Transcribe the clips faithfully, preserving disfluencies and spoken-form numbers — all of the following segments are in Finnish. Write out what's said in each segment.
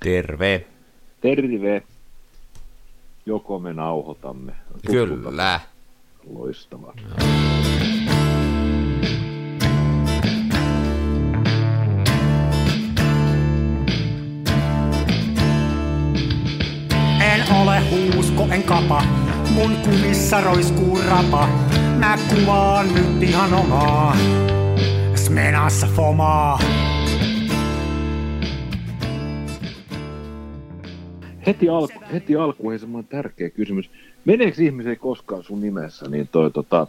Terve. Terve. Joko me nauhoitamme? Kyllä. Loistavaa. En ole huusko, en kapa, mun kumissa roiskuu rapa. Mä kuvaan nyt ihan omaa, Smenassa fomaa. Heti, alku, heti alkuun semmoinen tärkeä kysymys. Meneekö ihmisiä koskaan sun nimessä niin toi tota,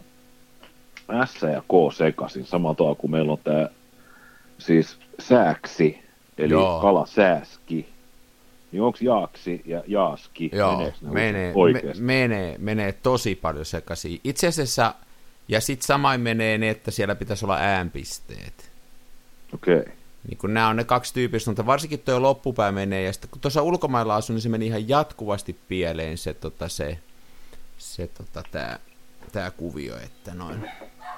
S ja K sekaisin samalla tavalla kuin meillä on tää siis sääksi, eli Joo. kalasääski. Niin onko jaaksi ja jaaski? Joo, menee, me, menee, menee tosi paljon sekaisin. Itse asiassa, ja sitten samain menee ne, että siellä pitäisi olla äänpisteet. Okei. Okay. Niin kun nämä on ne kaksi tyypistä, mutta varsinkin tuo loppupää menee, ja sitten kun tuossa ulkomailla asun, niin se meni ihan jatkuvasti pieleen se, tota, se, se tota, tää, tää kuvio, että noin.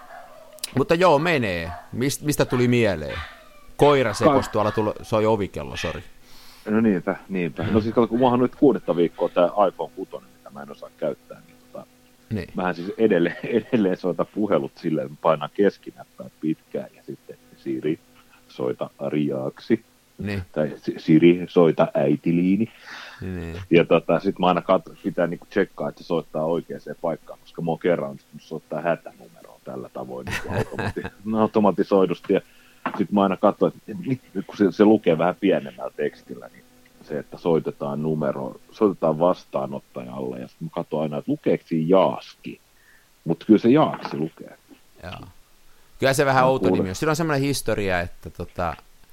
Mutta joo, menee. Mist, mistä tuli mieleen? Koira sekosi tuolla, tulo, soi ovikello, sori. No niinpä, niinpä. No siis kun muahan on nyt kuudetta viikkoa tää iPhone kuusi, mitä mä en osaa käyttää, niin tota, niin. Mähän siis edelleen, edelleen soitan puhelut silleen, että painan keskinäppää pitkään, ja sitten Siri, soita Riaaksi, niin. Tai Siri, soita äitiliini. Niin. Ja tota, sit mä aina kat- pitää niinku tsekkaa, että se soittaa oikeaan paikkaan, koska mä oon kerran onnistunut soittaa hätänumeroon tällä tavoin niin automati- automatisoidusti. Ja sit mä aina katson, että kun se, se lukee vähän pienemmällä tekstillä, niin se, että soitetaan numero, soitetaan vastaanottajalle, ja sit mä katson aina, että lukeeko siinä jaaski. Mutta kyllä se jaaksi lukee. Joo. Kyllä se vähän no, outo nimi on. Siinä on semmoinen historia, että tota,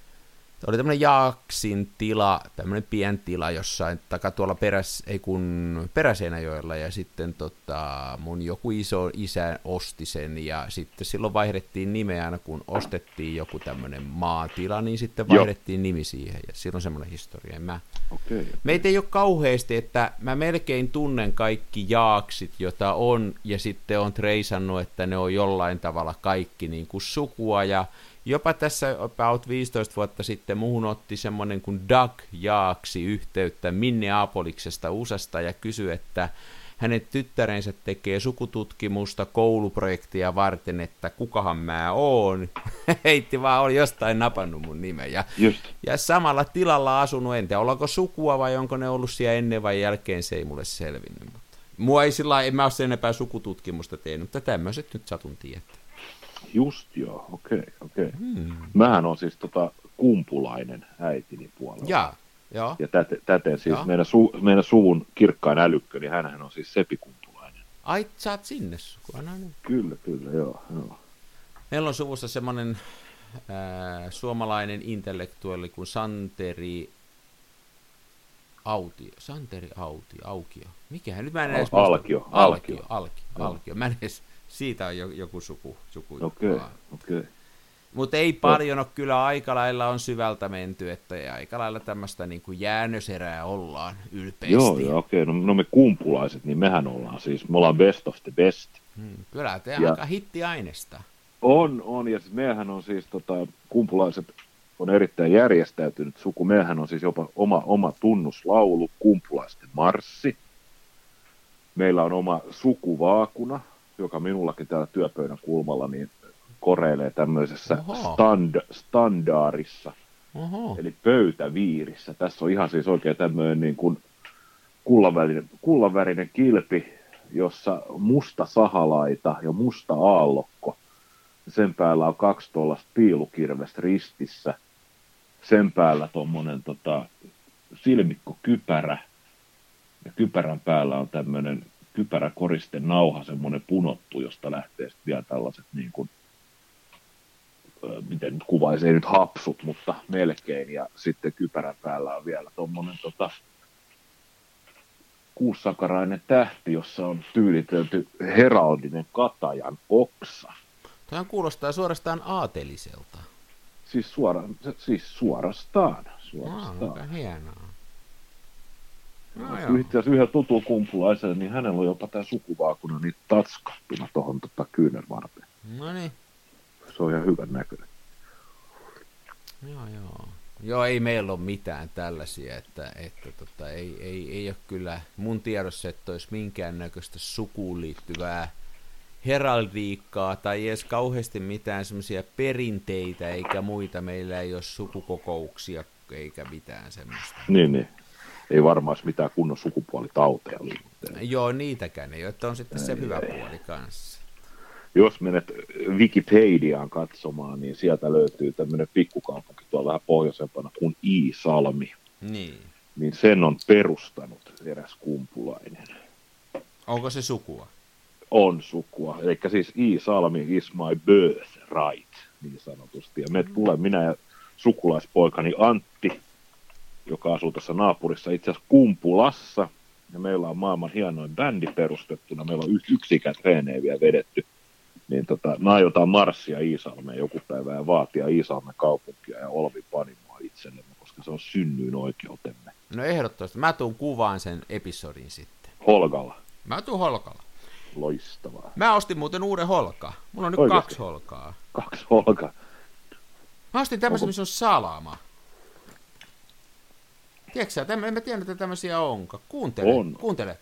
oli tämmöinen Jaaksin tila, tämmöinen pientila jossain, taka tuolla peräs, ei kun Peräseinäjoella, ja sitten tota, mun joku iso isä osti sen, ja sitten silloin vaihdettiin nimeä aina, kun ostettiin joku tämmöinen maatila, niin sitten vaihdettiin Joo. nimi siihen, ja silloin semmoinen historia. Mä, okay, okay. Meitä ei ole kauheasti, että mä melkein tunnen kaikki Jaaksit, jota on, ja sitten on treisannut, että ne on jollain tavalla kaikki niin kuin sukua, ja jopa tässä about viisitoista vuotta sitten muuhun otti semmoinen kuin Doug Jaaksi yhteyttä Minneapoliksesta U S A:sta ja kysyi, että hänen tyttärensä tekee sukututkimusta kouluprojektia varten, että kukahan mä oon. Heitti vaan, oli jostain napannut mun nimen. Ja, ja samalla tilalla asunut, en tiedä, ollaanko sukua vai onko ne ollut siellä ennen vai jälkeen, se ei mulle selvinnyt. Mutta mua ei sillä en mä ole sen enempää sukututkimusta tehnyt, mutta tämmöiset nyt satun tietää. Just joo, okei, okay, okei. Okay. Hmm. Mähän on siis tota kumpulainen äitini puolella. Jaa, joo. Ja täten, täten siis meidän, su, meidän suvun kirkkain älykkö, niin hänhän on siis Sepi Kumpulainen. Ai, sä oot sinne sukua, no niin. Kyllä, kyllä, joo, joo. Meillä on suvussa semmoinen äh, suomalainen intellektuelli kuin Santeri Autio, Santeri Autio, Aukio. Mikähän nyt mä en edes Al- Alkio, Alkio, Alkio, Alkio, Alkio. Mä en edes, siitä on joku suku. suku okei, okay, okei. Okay. Mutta ei paljon ole, kyllä aika lailla on syvältä menty, että aika lailla tämmöistä niin kuin jäännöserää ollaan ylpeästi. Joo, joo okei. Okay. No, no me kumpulaiset, niin mehän ollaan siis, me ollaan best of the best. Hmm, kyllä, te ja aika hittiainesta. On, on, ja siis mehän on siis, tota, kumpulaiset on erittäin järjestäytynyt suku. Mehän on siis jopa oma, oma tunnuslaulu, kumpulaisten marssi. Meillä on oma sukuvaakuna, joka minullakin täällä työpöydän kulmalla niin koreilee tämmöisessä stand, standaarissa, Oho. eli pöytäviirissä. Tässä on ihan siis oikein tämmöinen niin kuin kullanvärinen, kullanvärinen kilpi, jossa musta sahalaita ja musta aallokko. Sen päällä on kaksi tuollaista piilukirvestä ristissä. Sen päällä tuommoinen tota, silmikkokypärä. Ja kypärän päällä on tämmöinen kypäräkoriste nauha, semmoinen punottu, josta lähtee sitten vielä tällaiset, niin kuin, miten nyt kuvaisi, ei nyt hapsut, mutta melkein. Ja sitten kypärän päällä on vielä tuommoinen tota, kuussakarainen tähti, jossa on tyylitelty heraldinen katajan oksa. Tämä kuulostaa suorastaan aateliselta. Siis, suora, siis suorastaan. suorastaan. Aika hienoa. No, itse asiassa yhden tutun kumpulaiselle, niin hänellä on jopa tämä sukuvaakuna niin tatskattuna tuohon tota, kyynärvarteen. No niin. Se on ihan hyvän näköinen. Joo, joo. Joo, ei meillä ole mitään tällaisia, että, että tota, ei, ei, ei ole kyllä mun tiedossa, että olisi minkäännäköistä sukuun liittyvää heraldiikkaa tai edes kauheasti mitään semmoisia perinteitä eikä muita. Meillä ei ole sukukokouksia eikä mitään semmoista. Niin, niin. Ei varmaan mitään kunnon sukupuolitauteja liittyä. Joo, niitäkään ei ole, että on sitten ei, se hyvä ei. puoli kanssa. Jos menet Wikipediaan katsomaan, niin sieltä löytyy tämmöinen pikkukaupunki tuolla vähän pohjoisempana kuin Iisalmi. Niin. Niin sen on perustanut eräs kumpulainen. Onko se sukua? On sukua. Eli siis Iisalmi is my birthright, niin sanotusti. Ja me tulee minä ja sukulaispoikani Antti, joka asuu tuossa naapurissa itse asiassa Kumpulassa. Ja meillä on maailman hienoin bändi perustettuna. Meillä on yksi ikätreenejä vielä vedetty. Niin tota, mä aiotaan marssia Iisalmeen joku päivä ja vaatia Iisalmen kaupunkia ja Olvi Panimoa itsellemme, koska se on synnyin oikeutemme. No ehdottomasti. Mä tuun kuvaan sen episodin sitten. Holkalla. Mä tuun Holkalla. Loistavaa. Mä ostin muuten uuden holkaa. Mulla on nyt Oikeasti? kaksi holkaa. Kaksi holkaa. Mä ostin tämmöisen, missä on salama. Tiedätkö sä, tämmö, en mä tiedä, että tämmöisiä onkaan. Kuuntele, on. kuuntele.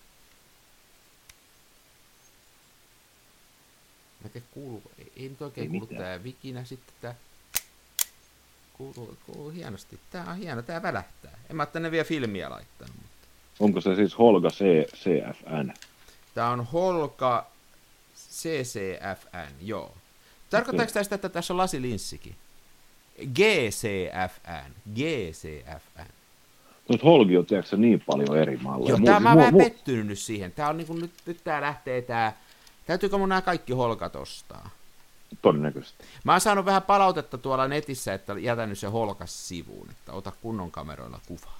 Mä tiedä, kuuluu, ei, ei nyt oikein ei kuulu mitään. Tää vikinä sitten tää. Kuuluu, kuuluu hienosti. Tää on hieno, tää välähtää. En mä oo tänne vielä filmiä laittanut. Mutta. Onko se siis Holga C, CFN? Tää on Holga C C F N, joo. Tarkoittaako okay. tästä, että tässä on lasilinssikin? G C F N, G C F N. Mutta Holgi on tiedätkö niin paljon eri malleja. Joo, tää mä oon vähän pettynyt nyt siihen. Tää on niinku, nyt, nyt tää lähtee tää. Täytyykö mun nämä kaikki holkat ostaa? Todennäköisesti. Mä oon saanut vähän palautetta tuolla netissä, että jätänyt se holkas sivuun, että ota kunnon kameroilla kuvaa.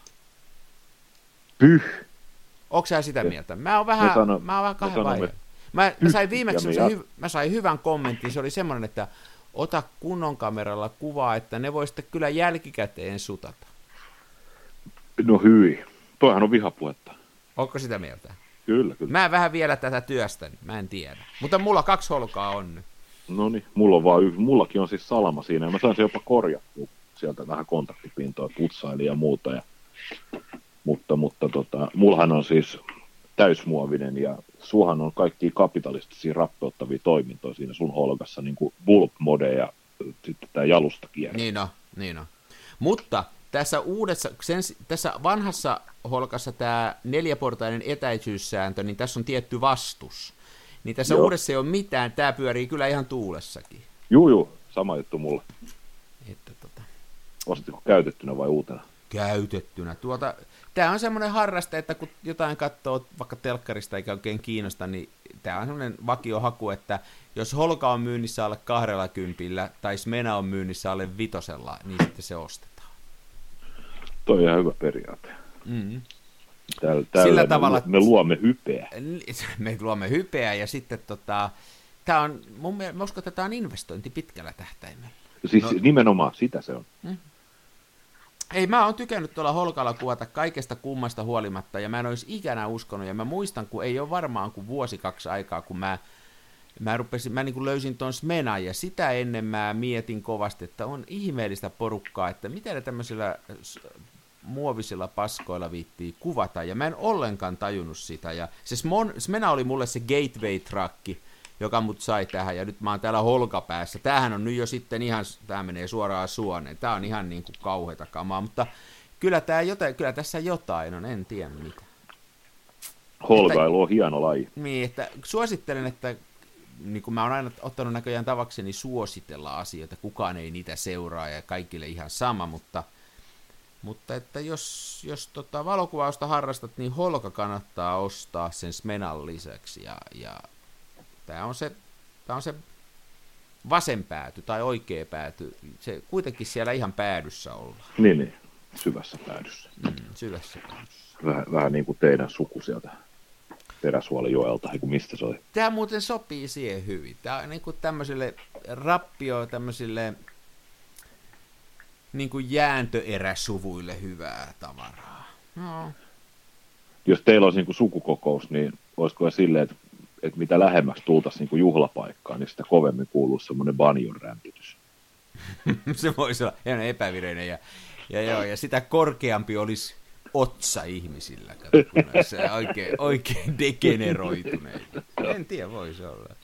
Pyh! Onko sä sitä mieltä? Mä oon vähän, sano, mä oon vähän kahden vaiheen. Mä, mä, sain viimeksi hy, mä sain hyvän kommentin, se oli semmoinen, että ota kunnon kameralla kuvaa, että ne voi sitten kyllä jälkikäteen sutata. No hyi. Toihan on vihapuhetta. Onko sitä mieltä? Kyllä, kyllä. Mä en vähän vielä tätä työstän, mä en tiedä. Mutta mulla kaksi holkaa on nyt. No niin, mulla on vaan y- mullakin on siis salama siinä, ja mä sain se jopa korjattua sieltä vähän kontaktipintoa, putsaili ja muuta. Ja... Mutta, mutta tota, mullahan on siis täysmuovinen, ja suhan on kaikkia kapitalistisia rappeuttavia toimintoja siinä sun holkassa, niin kuin bulk mode ja sitten tämä jalustakierre. Niin on, niin on. Mutta tässä uudessa, sen, tässä vanhassa holkassa tämä neljäportainen etäisyyssääntö, niin tässä on tietty vastus. Niin tässä Joo. uudessa ei ole mitään, tämä pyörii kyllä ihan tuulessakin. Juu, juu, sama juttu mulle. Että, tota... Ostitko käytettynä vai uutena? Käytettynä. Tuota, tämä on semmoinen harraste, että kun jotain katsoo vaikka telkkarista eikä oikein kiinnosta, niin tämä on semmoinen vakiohaku, että jos holka on myynnissä alle kahdella kympillä tai smena on myynnissä alle vitosella, niin sitten se ostetaan. Toi on ihan hyvä periaate. Mm-hmm. Täällä, täällä Sillä me, tavalla, me luomme hypeä. Me luomme hypeä ja sitten tota, tämä on, mun mielestä, mä uskon, että tämä on investointi pitkällä tähtäimellä. Siis no, nimenomaan sitä se on. Mm. Ei, mä oon tykännyt tuolla holkalla kuvata kaikesta kummasta huolimatta, ja mä en olisi ikänä uskonut, ja mä muistan, kun ei ole varmaan kuin vuosi kaksi aikaa, kun mä, mä, rupesin, mä niin kuin löysin ton Smenan, ja sitä ennen mä mietin kovasti, että on ihmeellistä porukkaa, että mitä ne tämmöisillä muovisilla paskoilla viittii kuvata, ja mä en ollenkaan tajunnut sitä, ja se Smena oli mulle se gateway-trakki, joka mut sai tähän, ja nyt mä oon täällä holkapäässä. Tämähän on nyt jo sitten ihan, tää menee suoraan suoneen, tää on ihan niin kuin kauheata kamaa, mutta kyllä, tää jotain, kyllä tässä jotain on, en tiedä mitä. Holkailu on hieno laji. Niin, että suosittelen, että niin kuin mä oon aina ottanut näköjään tavakseni suositella asioita, kukaan ei niitä seuraa ja kaikille ihan sama, mutta, mutta että jos, jos tota valokuvausta harrastat, niin holka kannattaa ostaa sen Smenan lisäksi, ja, ja Tämä on, se, tämä on se vasen pääty tai oikea pääty. Se kuitenkin siellä ihan päädyssä ollaan. Niin, niin. Syvässä päädyssä. Mm, syvässä päädyssä. Vähän, vähän niin kuin teidän suku sieltä Teräsuolijoelta, eiku mistä se oli? Tämä muuten sopii siihen hyvin. Tämä on niin kuin tämmöisille rappio, tämmöisille niin kuin jääntöeräsuvuille hyvää tavaraa. No. Jos teillä olisi niin kuin sukukokous, niin olisiko silleen, että että mitä lähemmäksi tultaisiin niin juhlapaikkaan, niin sitä kovemmin kuuluu semmoinen banjon rämpitys. Se voisi olla ihan epävireinen ja, Ja, joo, ja sitä korkeampi olisi otsa ihmisillä. Kato, se oikein, oikein degeneroituneita. En tiedä, voisi olla.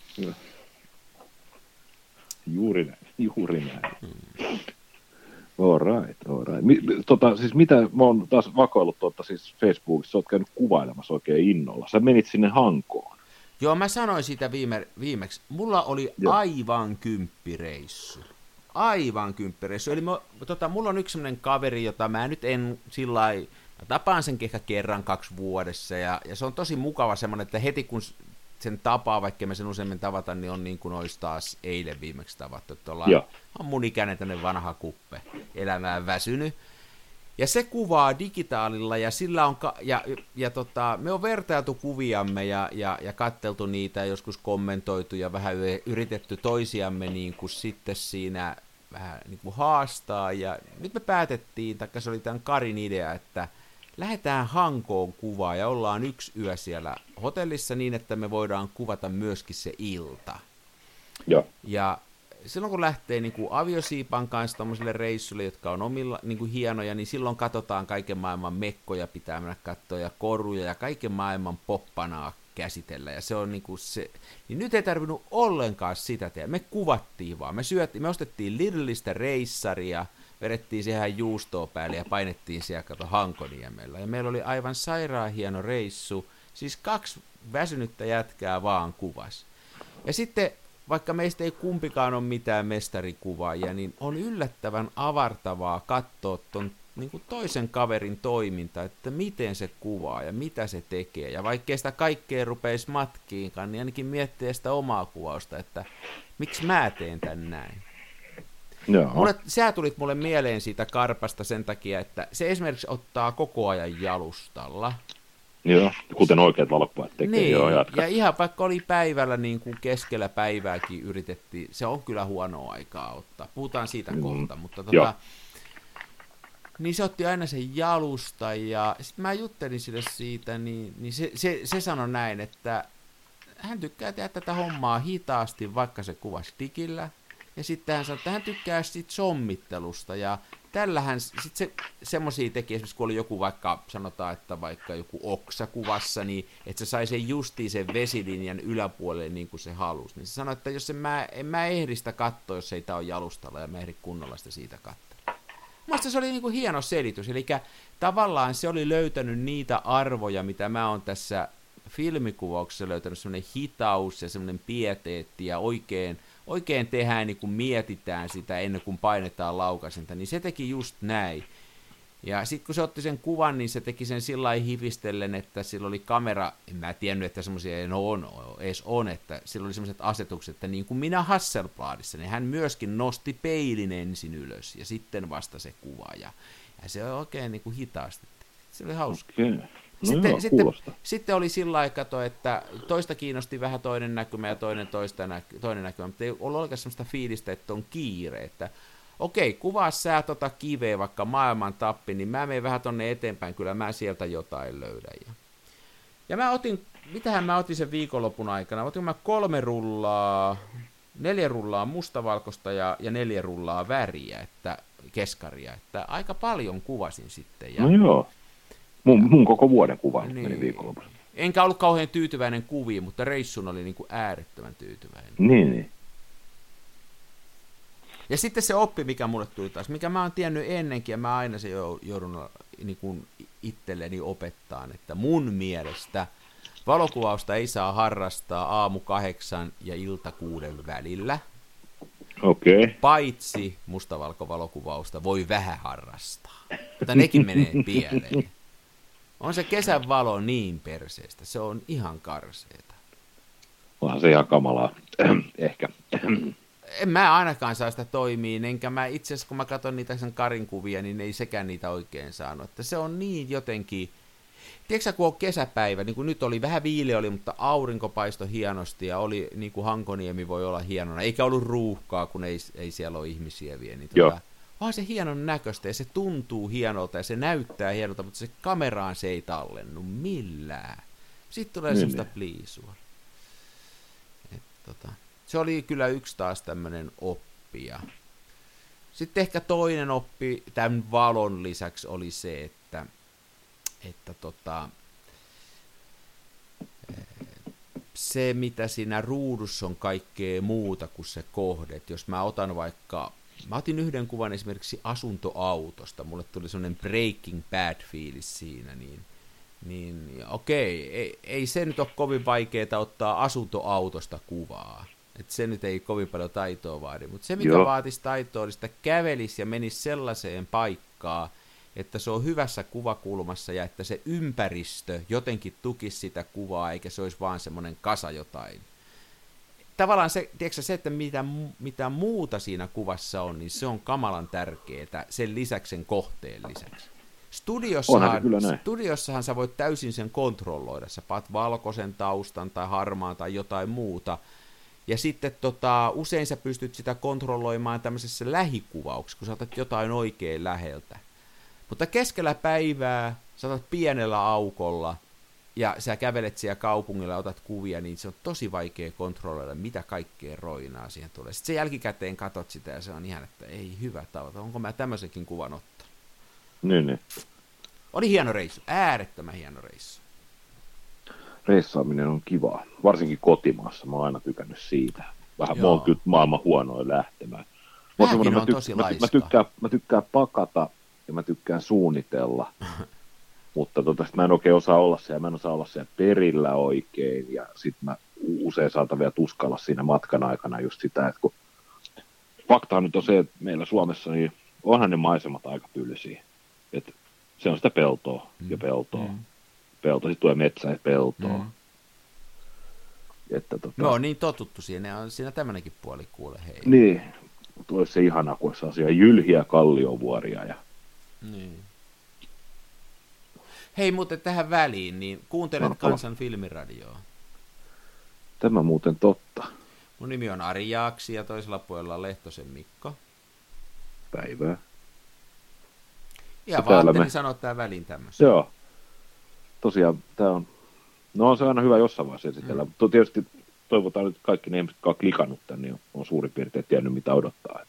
Juuri näin, juuri näin. Hmm. All right, all right. Mi, tota, siis mitä, mä oon taas vakoillut tuota, siis Facebookissa, sä oot käynyt kuvailemassa oikein innolla. Sä menit sinne Hankoon. Joo, mä sanoin siitä viime, viimeksi. Mulla oli Joo. aivan kymppireissu. Aivan kymppireissu. Eli mä, tota, mulla on yksi sellainen kaveri, jota mä nyt en sillä lailla, mä tapaan sen ehkä kerran kaksi vuodessa, ja, ja se on tosi mukava semmoinen, että heti kun sen tapaa, vaikka mä sen useimmin tavata, niin on niin kuin olisi taas eilen viimeksi tavattu, että ollaan, on mun ikäinen tämmöinen vanha kuppe, elämään väsynyt. Ja se kuvaa digitaalilla, ja sillä on, ka- ja, ja tota, me on vertailtu kuviamme, ja, ja, ja katteltu niitä, joskus kommentoitu, ja vähän yritetty toisiamme niin kuin sitten siinä vähän niin kuin haastaa, ja nyt me päätettiin, taikka se oli tämän Karin idea, että lähdetään Hankoon kuvaa, ja ollaan yksi yö siellä hotellissa niin, että me voidaan kuvata myöskin se ilta. Joo. Ja silloin kun lähtee niin kuin aviosiipan kanssa tommosille reissuille, jotka on omilla niin kuin hienoja, niin silloin katsotaan kaiken maailman mekkoja, pitää mennä katsoa ja koruja ja kaiken maailman poppanaa käsitellä. Ja se on niin kuin se, niin nyt ei tarvinnut ollenkaan sitä tehdä. Me kuvattiin vaan, me syöttiin, me ostettiin Lidlistä reissaria, vedettiin siihen juustoa päälle ja painettiin siellä kato Hankoniemellä. Ja meillä oli aivan sairaan hieno reissu, siis kaksi väsynyttä jätkää vaan kuvas. Ja sitten vaikka meistä ei kumpikaan ole mitään mestarikuvaajia, niin on yllättävän avartavaa katsoa ton niin kuin toisen kaverin toiminta, että miten se kuvaa ja mitä se tekee. Ja vaikkei sitä kaikkea rupeisi matkiinkaan, niin ainakin miettiä sitä omaa kuvausta, että miksi mä teen tän näin. Mulle, sä tulit mulle mieleen siitä Karpasta sen takia, että se esimerkiksi ottaa koko ajan jalustalla. Joo, kuten oikeat valokuvat tekee. Niin, joo, ja ihan vaikka oli päivällä niin kuin keskellä päivääkin yritettiin, se on kyllä huonoa aikaa ottaa. Puhutaan siitä mm. kohta, mutta tota, niin se otti aina sen jalusta, ja sitten mä juttelin sille siitä, niin, niin se, se, se sanoi näin, että hän tykkää tehdä tätä hommaa hitaasti, vaikka se kuvasi digillä, ja sitten hän sanoi, että hän tykkää siitä sommittelusta, ja tällähän sitten se, semmoisia teki, esimerkiksi kun oli joku vaikka, sanotaan, että vaikka joku oksa kuvassa, niin että se sai sen justiin sen vesilinjan yläpuolelle niin kuin se halusi. Niin se sanoi, että jos en mä, en mä ehdi sitä katsoa, jos ei tää ole jalustalla, ja mä ehdin kunnolla sitä siitä katsoa. Mielestäni se oli niin kuin hieno selitys, eli tavallaan se oli löytänyt niitä arvoja, mitä mä oon tässä filmikuvauksessa löytänyt, semmoinen hitaus ja semmoinen pieteetti ja oikein, oikein tehdään, niin kuin mietitään sitä ennen kuin painetaan laukasinta, niin se teki just näin. Ja sitten kun se otti sen kuvan, niin se teki sen sillä lailla hivistellen, että sillä oli kamera, en mä tiennyt, että semmoisia ei on, edes on, että sillä oli semmoiset asetukset, että niin kuin minä Hasselbladissa, niin hän myöskin nosti peilin ensin ylös ja sitten vasta se kuva. Ja, ja se oli oikein niin kuin hitaasti. Se oli hauska. Okay. No sitten, joo, sitten, sitten oli sillä lailla, että toista kiinnosti vähän toinen näkymä ja toinen, toista näky, toinen näkymä, mutta ei ollut oikeastaan sellaista fiilistä, että on kiire, että okei, kuvaa sä tota kiveä vaikka maailman tappi, niin mä menen vähän tonne eteenpäin, kyllä mä sieltä jotain löydän. Ja, ja mä otin, mitähän mä otin sen viikonlopun aikana, otin mä kolme rullaa, neljä rullaa mustavalkoista ja, ja neljä rullaa väriä, että keskaria, että aika paljon kuvasin sitten. Ja, no joo. Mun, mun koko vuoden kuva niin, meni viikonlopussa. Enkä ollut kauhean tyytyväinen kuviin, mutta reissun oli niin kuin äärettömän tyytyväinen. Niin, niin. Ja sitten se oppi, mikä mulle tuli taas, mikä mä oon tiennyt ennenkin, ja mä aina se joudun niin kuin itselleni opettaan, että mun mielestä valokuvausta ei saa harrastaa aamu kahdeksan ja ilta kuuden välillä. Okei. Okay. Paitsi mustavalkovalokuvausta voi vähän harrastaa, mutta nekin menee pieleen. On se kesän valo niin perseestä, se on ihan karseeta. Onhan se ihan kamalaa, ehkä. En mä ainakaan saa sitä toimiin, enkä mä itse asiassa, kun mä katson niitä sen Karin kuvia, niin ei sekään niitä oikein saanut. Että se on niin jotenkin, tiedätkö kun on kesäpäivä, niin kuin nyt oli, vähän viile oli, mutta aurinko paistoi hienosti ja oli, niin kuin Hankoniemi voi olla hienona, eikä ollut ruuhkaa, kun ei, ei siellä ole ihmisiä vielä. Niin tota, onhan se hienon näköistä ja se tuntuu hienolta ja se näyttää hienolta, mutta se kameraan se ei tallennu millään. Sitten tulee niin, semmoista pliisua. Et, tota. Se oli kyllä yksi taas tämmöinen oppi. Ja Sitten ehkä toinen oppi tämän valon lisäksi oli se, että, että tota, se, mitä siinä ruudussa on kaikkea muuta kuin se kohde. Et jos mä otan vaikka, mä otin yhden kuvan esimerkiksi asuntoautosta, mulle tuli sellainen Breaking Bad-fiilis siinä, niin, niin okei, ei, ei se nyt ole kovin vaikeaa ottaa asuntoautosta kuvaa. Et se nyt ei kovin paljon taitoa vaadi, mutta se, mikä Joo. vaatisi taitoa, oli sitä kävelisi ja menisi sellaiseen paikkaan, että se on hyvässä kuvakulmassa ja että se ympäristö jotenkin tukisi sitä kuvaa, eikä se olisi vaan semmoinen kasa jotain. Tavallaan se, tiedätkö, se että mitä, mitä muuta siinä kuvassa on, niin se on kamalan tärkeää sen lisäksi, sen kohteen lisäksi. Studiossahan, studiossahan sä voit täysin sen kontrolloida. Sä paat valkoisen taustan tai harmaan tai jotain muuta. Ja sitten tota, usein sä pystyt sitä kontrolloimaan tämmöisessä lähikuvauksessa, kun sä otat jotain oikein läheltä. Mutta keskellä päivää sä otat pienellä aukolla ja sä kävelet siellä kaupungilla ja otat kuvia, niin se on tosi vaikea kontrolloida, mitä kaikkea roinaa siihen tulee. Sitten sen jälkikäteen katot sitä ja se on ihan, että ei hyvä tauta, onko mä tämmöisenkin kuvan ottanut. Niin, niin. Oli hieno reissu, äärettömän hieno reissu. Reissaaminen on kivaa, varsinkin kotimaassa, mä oon aina tykännyt siitä. Vähän mä oon kyllä maailman huonoin lähtemään. Mäkin on mä, tyk- tosi mä, laiska. mä, tykkään, mä tykkään pakata ja mä tykkään suunnitella, mutta tota, sit mä en oikein osaa olla siellä, mä en osaa olla siellä perillä oikein, ja sit mä usein saatan vielä tuskalla siinä matkan aikana just sitä, että kun fakta nyt on se, että meillä Suomessa niin onhan ne maisemat aika tylsiä, että se on sitä peltoa mm. ja peltoa. Mm. Pelto, sitten tulee metsä ja peltoa. Mm. Että, tota... No niin totuttu siinä, on siinä tämmöinenkin puoli kuule hei. Niin, olisi se ihana, kun olisi asia jylhiä kalliovuoria. Ja... Niin. Hei, muuten tähän väliin, niin kuuntelet no, Kansan filmiradioa. Tämä muuten totta. Mun nimi on Ari Jaaksi ja toisella puolella on Lehtosen Mikko. Päivää. Ja vaan ajattelin me... sanoa tähän väliin tämmöisen. Joo. Tosiaan tämä on, no se on aina hyvä jossain vaiheessa esitellä, mm. mutta tietysti toivotaan nyt kaikki ne ihmiset, jotka on klikannut tämän, niin on suurin piirtein tiennyt, mitä odottaa.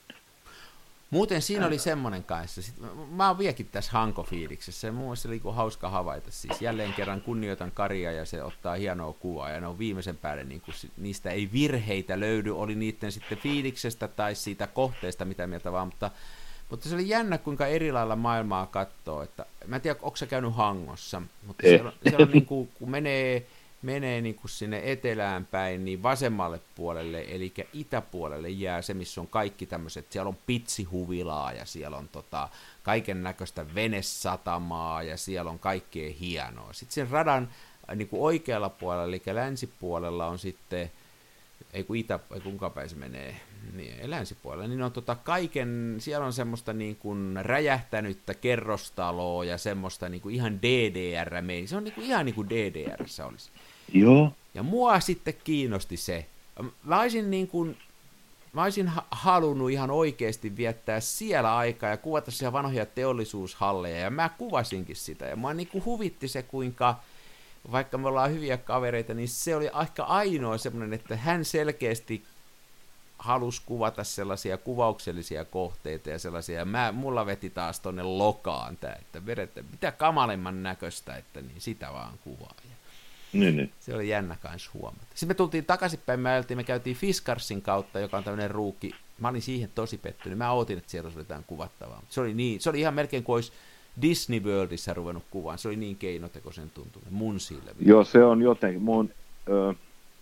Muuten siinä oli semmoinen kanssa, sit, mä oon vieläkin tässä Hanko-fiiliksessä, ja mun mielestä se oli hauska havaita, siis jälleen kerran kunnioitan Karia, ja se ottaa hienoa kuvaa, ja ne on viimeisen päälle, niin kun niistä ei virheitä löydy, oli niiden sitten fiiliksestä tai siitä kohteesta, mitä mieltä vaan, mutta Mutta se oli jännä, kuinka eri lailla maailmaa katsoo. Että, mä en tiedä, onko sä käynyt Hangossa, mutta siellä, siellä on niin kuin, kun menee, menee niin kuin sinne etelään päin, niin vasemmalle puolelle, eli itäpuolelle jää se, missä on kaikki tämmöiset, siellä on pitsihuvilaa ja siellä on tota, kaiken näköistä venesatamaa ja siellä on kaikkea hienoa. Sitten sen radan niin kuin oikealla puolella, eli länsipuolella on sitten, ei kun itä, ei kuinka päin se menee, niin, länsipuolella, niin on tota kaiken, siellä on semmoista niin kuin räjähtänyttä kerrostaloa ja semmoista niin kuin ihan D D R-meini, se on niin kuin, ihan niin kuin D D R:ssä olisi. Joo. Ja mua sitten kiinnosti se, mä olisin niin kuin, mä olisin halunnut ihan oikeasti viettää siellä aikaa ja kuvata siellä vanhoja teollisuushalleja, ja mä kuvasinkin sitä, ja mua niin kuin huvitti se, kuinka vaikka me ollaan hyviä kavereita, niin se oli ehkä ainoa semmoinen, että hän selkeästi halusi kuvata sellaisia kuvauksellisia kohteita ja sellaisia, ja mä, mulla veti taas tonne lokaan tää, että vedette, mitä kamalemman näköistä, että niin sitä vaan kuvaa. Niin, niin. Se oli jännä kans huomata. Sitten me tultiin takaisinpäin, me, ältiin, me käytiin Fiskarsin kautta, joka on tämmöinen ruukki, mä olin siihen tosi pettynyt, mä ootin, että siellä olisi jotain kuvattavaa. Se oli, niin, se oli ihan melkein kuin olisi Disney Worldissa ruvennut kuvaan, se oli niin keinotekoisen tuntunut, mun silmiin. Joo, se on jotenkin, mä oon, ö,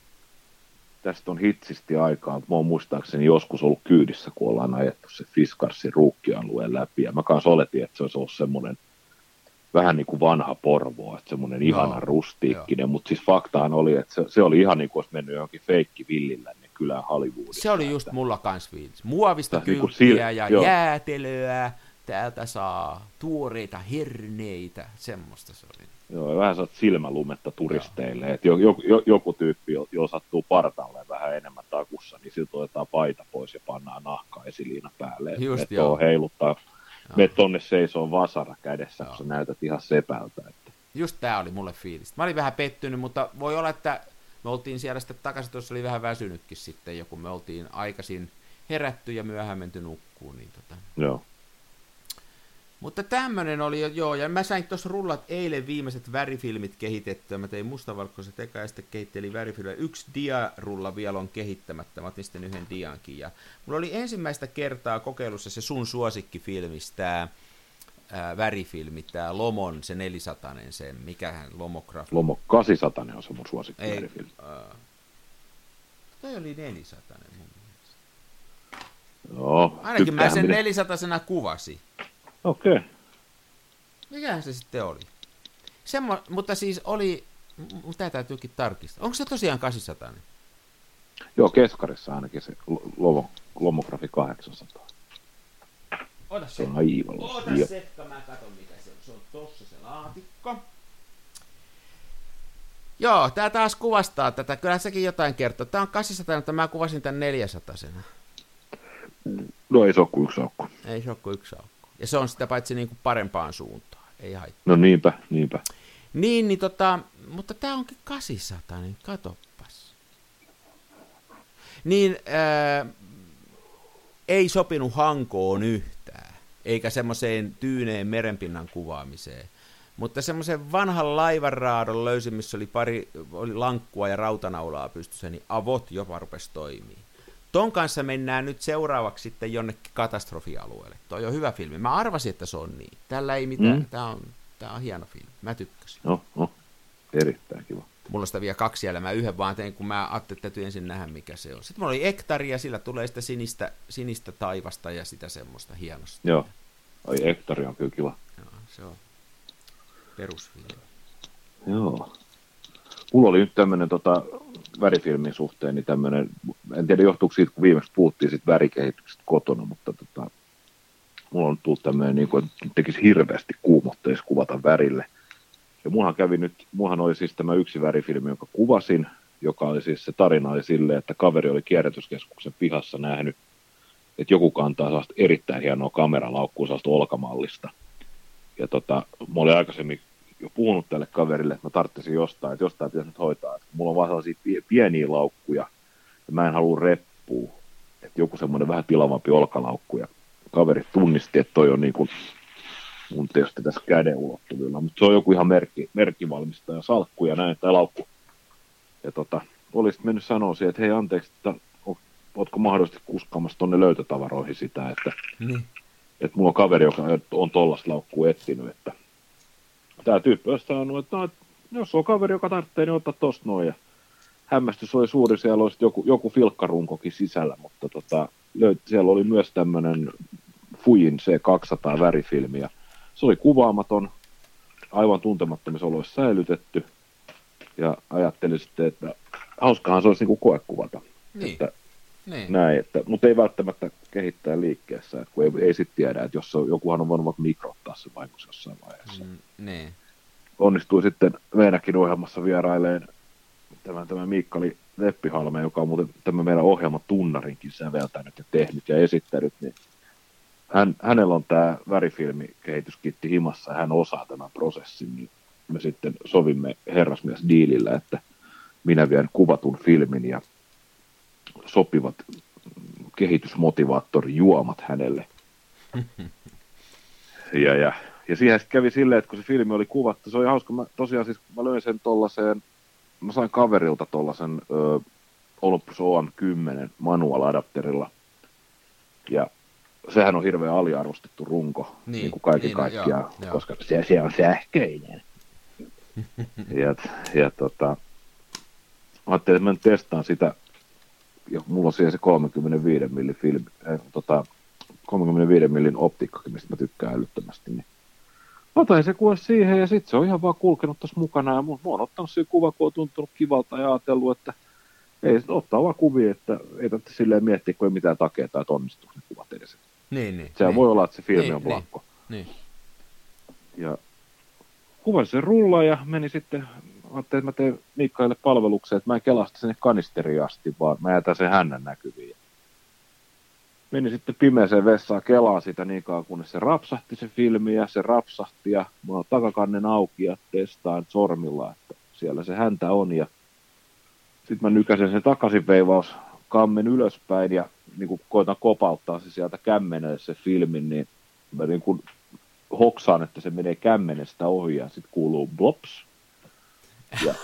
tästä on hitsisti aikaa, mutta mä oon muistaakseni joskus ollut kyydissä, kun ollaan ajettu se Fiskarsin ruukkialueen läpi, ja mä kanssa oletin, että se olisi ollut semmoinen vähän niin kuin vanha Porvoo, että semmoinen ihana rustiikkinen, mutta siis faktahan oli, että se, se oli ihan niin kuin olisi mennyt johonkin feikkivillillä ne kylän Hollywoodissa. Se oli just että mulla kans viilis. Muovista kylttiä niin sil- ja joo. jäätelöä, täältä saa tuoreita herneitä, semmoista se oli. Joo, ja vähän saat silmälumetta turisteille, että jo, jo, jo, joku tyyppi, jo sattuu partalle vähän enemmän takussa, niin siltä otetaan paita pois ja pannaan nahka esiliina päälle, että joo. heiluttaa. Me tonne seisoo vasara kädessä, kun sä näytät ihan sepältä. Että. Just tää oli mulle fiilis. Mä olin vähän pettynyt, mutta voi olla, että me oltiin siellä sitten takaisin, tuossa oli vähän väsynytkin sitten, joku me oltiin aikaisin herätty ja myöhään menty nukkuun. Niin tota. Joo. Mutta tämmöinen oli jo, joo, ja mä sain tuossa rullat eilen viimeiset värifilmit kehitettyä, mä tein mustavalkoiset eka ja sitten kehittelin värifilmiä. Yksi diarulla vielä on kehittämättä, mä otin sitten yhden diankin, ja mulla oli ensimmäistä kertaa kokeilussa se sun suosikkifilmis, tää ää, värifilmi, tää Lomon, se nelisatainen, se, mikähän, Lomograph. Lomo kahdeksansataa on se mun suosikki värifilmi. Äh, toi oli nelisatainen mun mielestä. Joo, ainakin mä sen minä. nelisatasena kuvasin. Okei. Okay. Mikähän se sitten oli? Semmo, mutta siis oli, tämä täytyykin tarkistaa. Onko se tosiaan kahdeksansataa? Joo, keskarissa ainakin se Lomo, Lomografi kahdeksansataa. Ota se. Se on aivan. Ota Sekka, mä katson mikä se on. Se on tossa se laatikko. Joo, tää taas kuvastaa tätä. Kyllä sekin jotain kertoo. Tää on kahdeksansataa, mutta mä kuvasin tän neljäsatasena. No ei se ole kuin yksi aukko. Ei se ole kuin yksi aukko. Ja se on sitä paitsi niin kuin parempaan suuntaan. Ei haittaa. No niinpä, niinpä. Niin, niin tota, mutta tää onkin kahdeksansataa, niin katoppas. Niin, ää, ei sopinut Hankoon yhtään, eikä semmoiseen tyyneen merenpinnan kuvaamiseen. Mutta semmoisen vanhan laivanraadon löysin, missä oli pari oli lankkua ja rautanaulaa pystyssä, niin avot jopa rupesi toimii. Ton kanssa mennään nyt seuraavaksi sitten jonnekin katastrofialueelle. Toi on hyvä filmi. Mä arvasin, että se on niin. Tällä ei mitään. Mm. Tää on, tää on hieno filmi. Mä tykkäsin. No, no. Erittäin kiva. Mulla on sitä vielä kaksi siellä. Mä yhden vaan tein, kun mä ajattelin, että täytyy ensin nähdä, mikä se on. Sitten mulla oli Ektari ja sillä tulee sitä sinistä, sinistä taivasta ja sitä semmoista hienosta. Joo. Ai, Ektari on kyllä kiva. Joo, se on perusfilmi. Joo. Mulla oli nyt tämmönen tota, värifilmin suhteen, niin tämmönen, en tiedä johtuuko siitä, kun viimeksi puhuttiin siitä värikehityksestä kotona, mutta tota, mulla on tullut tämmöinen, niin kuin, että tekisi hirveästi kuumotteessa kuvata värille. Ja mullahan kävi nyt, mullahan oli siis tämä yksi värifilmi, jonka kuvasin, joka oli siis se tarina oli silleen, että kaveri oli kierrätyskeskuksen pihassa nähnyt, että joku kantaa sellaista erittäin hienoa kameralaukkua sellaista olkamallista. Ja tota, mä olin aikaisemmin jo puhunut tälle kaverille, että mä tarvitsin jostain, että jostain pitäisi nyt hoitaa. Että mulla on vaan sellaisia pieniä laukkuja, ja mä en halua reppua, että joku semmoinen vähän tilavampi olkalaukku, ja kaveri tunnisti, että toi on niin kuin mun tietysti tässä käden ulottuvilla, mutta se on joku ihan merkki, merkkivalmistaja, salkku ja näin, tai laukku. Ja tota, olisit mennyt sanoa siihen, että hei anteeksi, että ootko mahdollisesti kuskaamassa tonne löytötavaroihin sitä, että, niin. että mulla on kaveri, joka on tollasta laukkua etsinyt, että tämä tyyppi olisi sanonut, että no, jos on kaveri, joka tarvitsee, niin ottaa tosta noin. Ja hämmästys oli suuri, siellä olisi joku, joku filkkarunkokin sisällä, mutta tota, löyt, siellä oli myös tämmöinen Fujin C kaksisataa värifilmi, ja se oli kuvaamaton, aivan tuntemattomissa oloissa säilytetty, ja ajattelin sitten, että hauskahan se olisi niin kuin koekuvata. Niin. Että, niin. Näin, että, mutta ei välttämättä kehittää liikkeessä, että kun ei, ei sitten tiedä, että jos on, jokuhan on voinut mikroottaa se vaikutus jossain vaiheessa. Mm, niin. Onnistui sitten meidänkin ohjelmassa vieraileen tämä, tämä Miikkali Leppihalme, joka on muuten tämä meidän ohjelman tunnarinkin säveltänyt ja tehnyt ja esittänyt, niin hän, hänellä on tämä värifilmikehityskitti himassa ja hän osaa tämän prosessin, niin me sitten sovimme herrasmies diilillä, että minä vien kuvatun filmin ja sopivat kehitysmotivaattorijuomat hänelle. ja, ja, ja siihen sitten kävi silleen, että kun se filmi oli kuvattu, se oli hauska, mä, tosiaan siis mä löin sen tollaiseen, mä sain kaverilta tollaisen ö, Olympus O M kymmenen manual-adapterilla, ja sehän on hirveän aliarvostettu runko, niin, niin kuin kaiken niin, kaikkiaan, joo, koska joo. Se, se on sähköinen. ja, ja tota, ajattelin, että mä nyt testaan sitä, ja mulla on siellä se kolmekymmentäviisi millin filmi, äh, tota, kolmekymmentäviisi millin optiikkakin, mistä mä tykkään älyttömästi, niin otan se kuva siihen, ja sitten se on ihan vaan kulkenut tuossa mukana, ja mä oon ottanut siihen kuva, kun on tuntunut kivalta, ja ajatellut, että ei sit ottaa vaan kuvia, että ei tarvitse silleen miettiä, kun ei mitään takeita, että onnistuu ne kuvat edes. Niin, niin. Sehän niin. voi olla, että se filmi niin, on blankko. Niin, niin. Ja kuvasin sen rullaa, ja meni sitten, ajattelin, että mä teen Miikkaille palveluksen, että mä en kelasta sinne kanisteriin asti, vaan mä jätän sen hännän näkyviin. Meni sitten pimeäseen vessaan kelaan sitä niin kauan, kunnes se rapsahti se filmi, ja se rapsahti, ja mulla on takakannen auki, ja testaan sormilla, että siellä se häntä on, ja sitten mä nykäsen sen takaisin veivaus kammen ylöspäin ja niin kuin koitan kopauttaa se sieltä kämmenelle se filmin, niin mä niin kuin hoksaan, että se menee kämmenestä ohi ja sitten kuuluu blops. Ja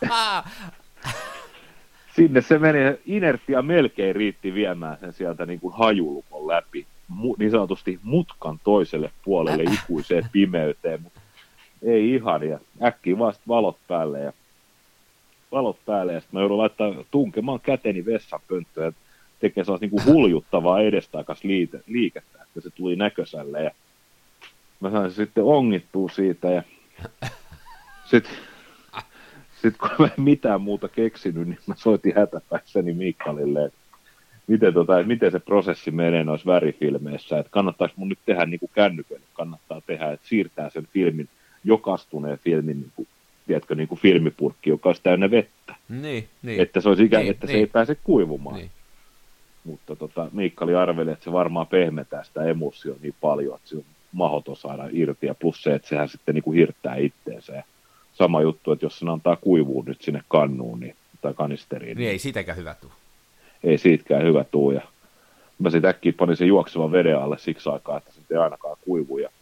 sinne se meni, inertia melkein riitti viemään sen sieltä niin kuin hajulukon läpi, mu, niin sanotusti mutkan toiselle puolelle ikuiseen pimeyteen, mutta ei ihan, ja äkkiä vaan valot päälle ja valot päälle, ja sitten mä joudun laittaa tunkemaan käteni vessanpönttöön ja tekee sellaista niin kuin huljuttavaa edestaikas liikettä, että se tuli näkösälle, ja mä sain sitten ongittua siitä, ja sitten sit kun mä en mitään muuta keksinyt, niin mä soitin hätäpäissäni Mikkalille, että miten, tota, että miten se prosessi menee noissa värifilmeissä, että kannattaisi mun nyt tehdä niin kuin kännyköille, kannattaa tehdä, että siirtää sen filmin, jokastuneen filmin, niin kuin, tiedätkö, niin kuin filmipurkki, joka olisi täynnä vettä. Niin, niin. Että se olisi ikään, niin, että niin. se ei pääse kuivumaan. Niin. Mutta tota, Mikkali arveli, että se varmaan pehmentää sitä emulsioa niin paljon, että se on mahdoton saada irti, ja plus se, että sehän sitten niin kuin hirttää itteensä. Ja sama juttu, että jos sen antaa kuivuun nyt sinne kannuun niin, tai kanisteriin, niin ei siitäkään hyvä tuu. Ei siitäkään hyvä tuu. Ja mä sitten äkkiä panin sen juoksevan veden alle siksi aikaa, että se ei ainakaan kuivu. Ja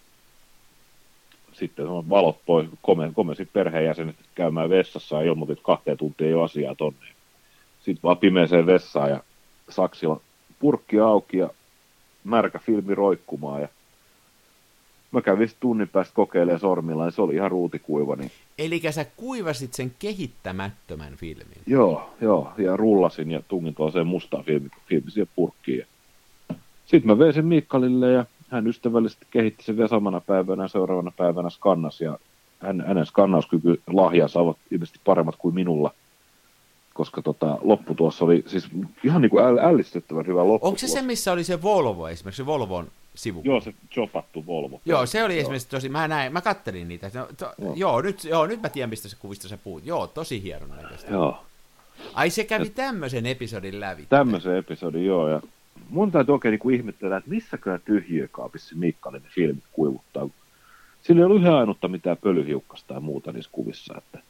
sitten valot pois, komensin perheenjäsenet käymään vessassa ja ilmoitin, että kahteen tuntia ei ole asiaa tonne. Sitten vaan pimeeseen vessaan ja saksilla purkki auki ja märkä filmi roikkumaan. Ja mä kävin tunnin päästä kokeilemaan sormilla ja se oli ihan ruutikuiva. Niin... Eli sä kuivasit sen kehittämättömän filmin? Joo, joo, ja rullasin ja tungin tuollaiseen mustaan filmi, filmi siihen purkkiin. Sitten mä vein sen Mikkalille ja hän ystävällisesti kehitti sen vielä samana päivänä ja seuraavana päivänä skannasi. Ja hän, hänen skannauskyky lahjansa ovat ilmeisesti paremmat kuin minulla, koska tota, loppu tuossa oli siis ihan niin kuin äll, ällistyttävän hyvä loppu. Onko se se, missä oli se Volvo esimerkiksi, Volvon sivu? Joo, se chopattu Volvo. Joo, se oli joo. Esimerkiksi tosi, mä näin, mä kattelin niitä. No, to, joo. Joo, nyt, joo, nyt mä tiedän, mistä se kuvista sä puhut. Joo, tosi hienon näköistä. Joo. Ai se kävi tämmöisen episodin läpi. Tämmöisen episodin, joo. Ja mun täytyy oikein niin kuin ihmettää, että missäkään tyhjiökaapissa Mikkalin ne filmit kuivuttaa. Sillä ei ollut yhden ainutta mitään pölyhiukkasta ja muuta niissä kuvissa. Että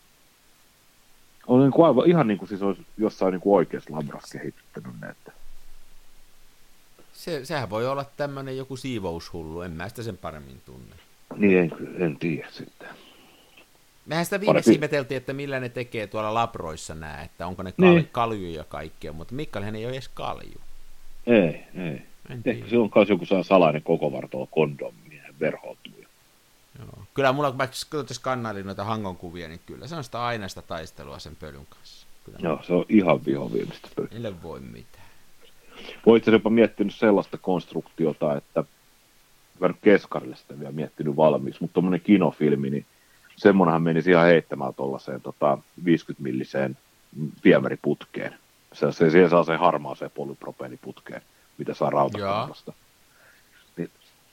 on niin kuin aivan, ihan niin kuin siis olisi jossain niin kuin oikeassa labrassa kehittänyt ne. Että Se, sehän voi olla tämmöinen joku siivoushullu, en mä sitä sen paremmin tunne. Niin, en, en tiedä sitten. Mehän sitä viimeksi ihmeteltiin, että millä ne tekee tuolla labroissa nää, että onko ne kal- niin. kaljuja ja kaikkea, mutta Mikkalihan ei ole edes kalju. Ei, ei. Ehkä se on myös joku salainen koko vartalo kondomi, mihin verhoutuu. Joo. Kyllä mulla, kun mä skannailin noita Hangon kuvia, niin kyllä se on sitä ainaista taistelua sen pölyn kanssa. Kyllä joo, se on ihan vihoviimistä pölyä. Niille voi mitään. Voit itse jopa miettinyt sellaista konstruktiota, että mä en keskarille sitä vielä miettinyt valmiiksi, mutta tommonen kinofilmi, niin semmonenhan menisi ihan heittämään tuollaiseen tota, viisikymmentä-milliseen viemäriputkeen. Se, se, siihen saa sen harmaaseen polypropeeniputkeen, mitä saa rautakannasta. Niin,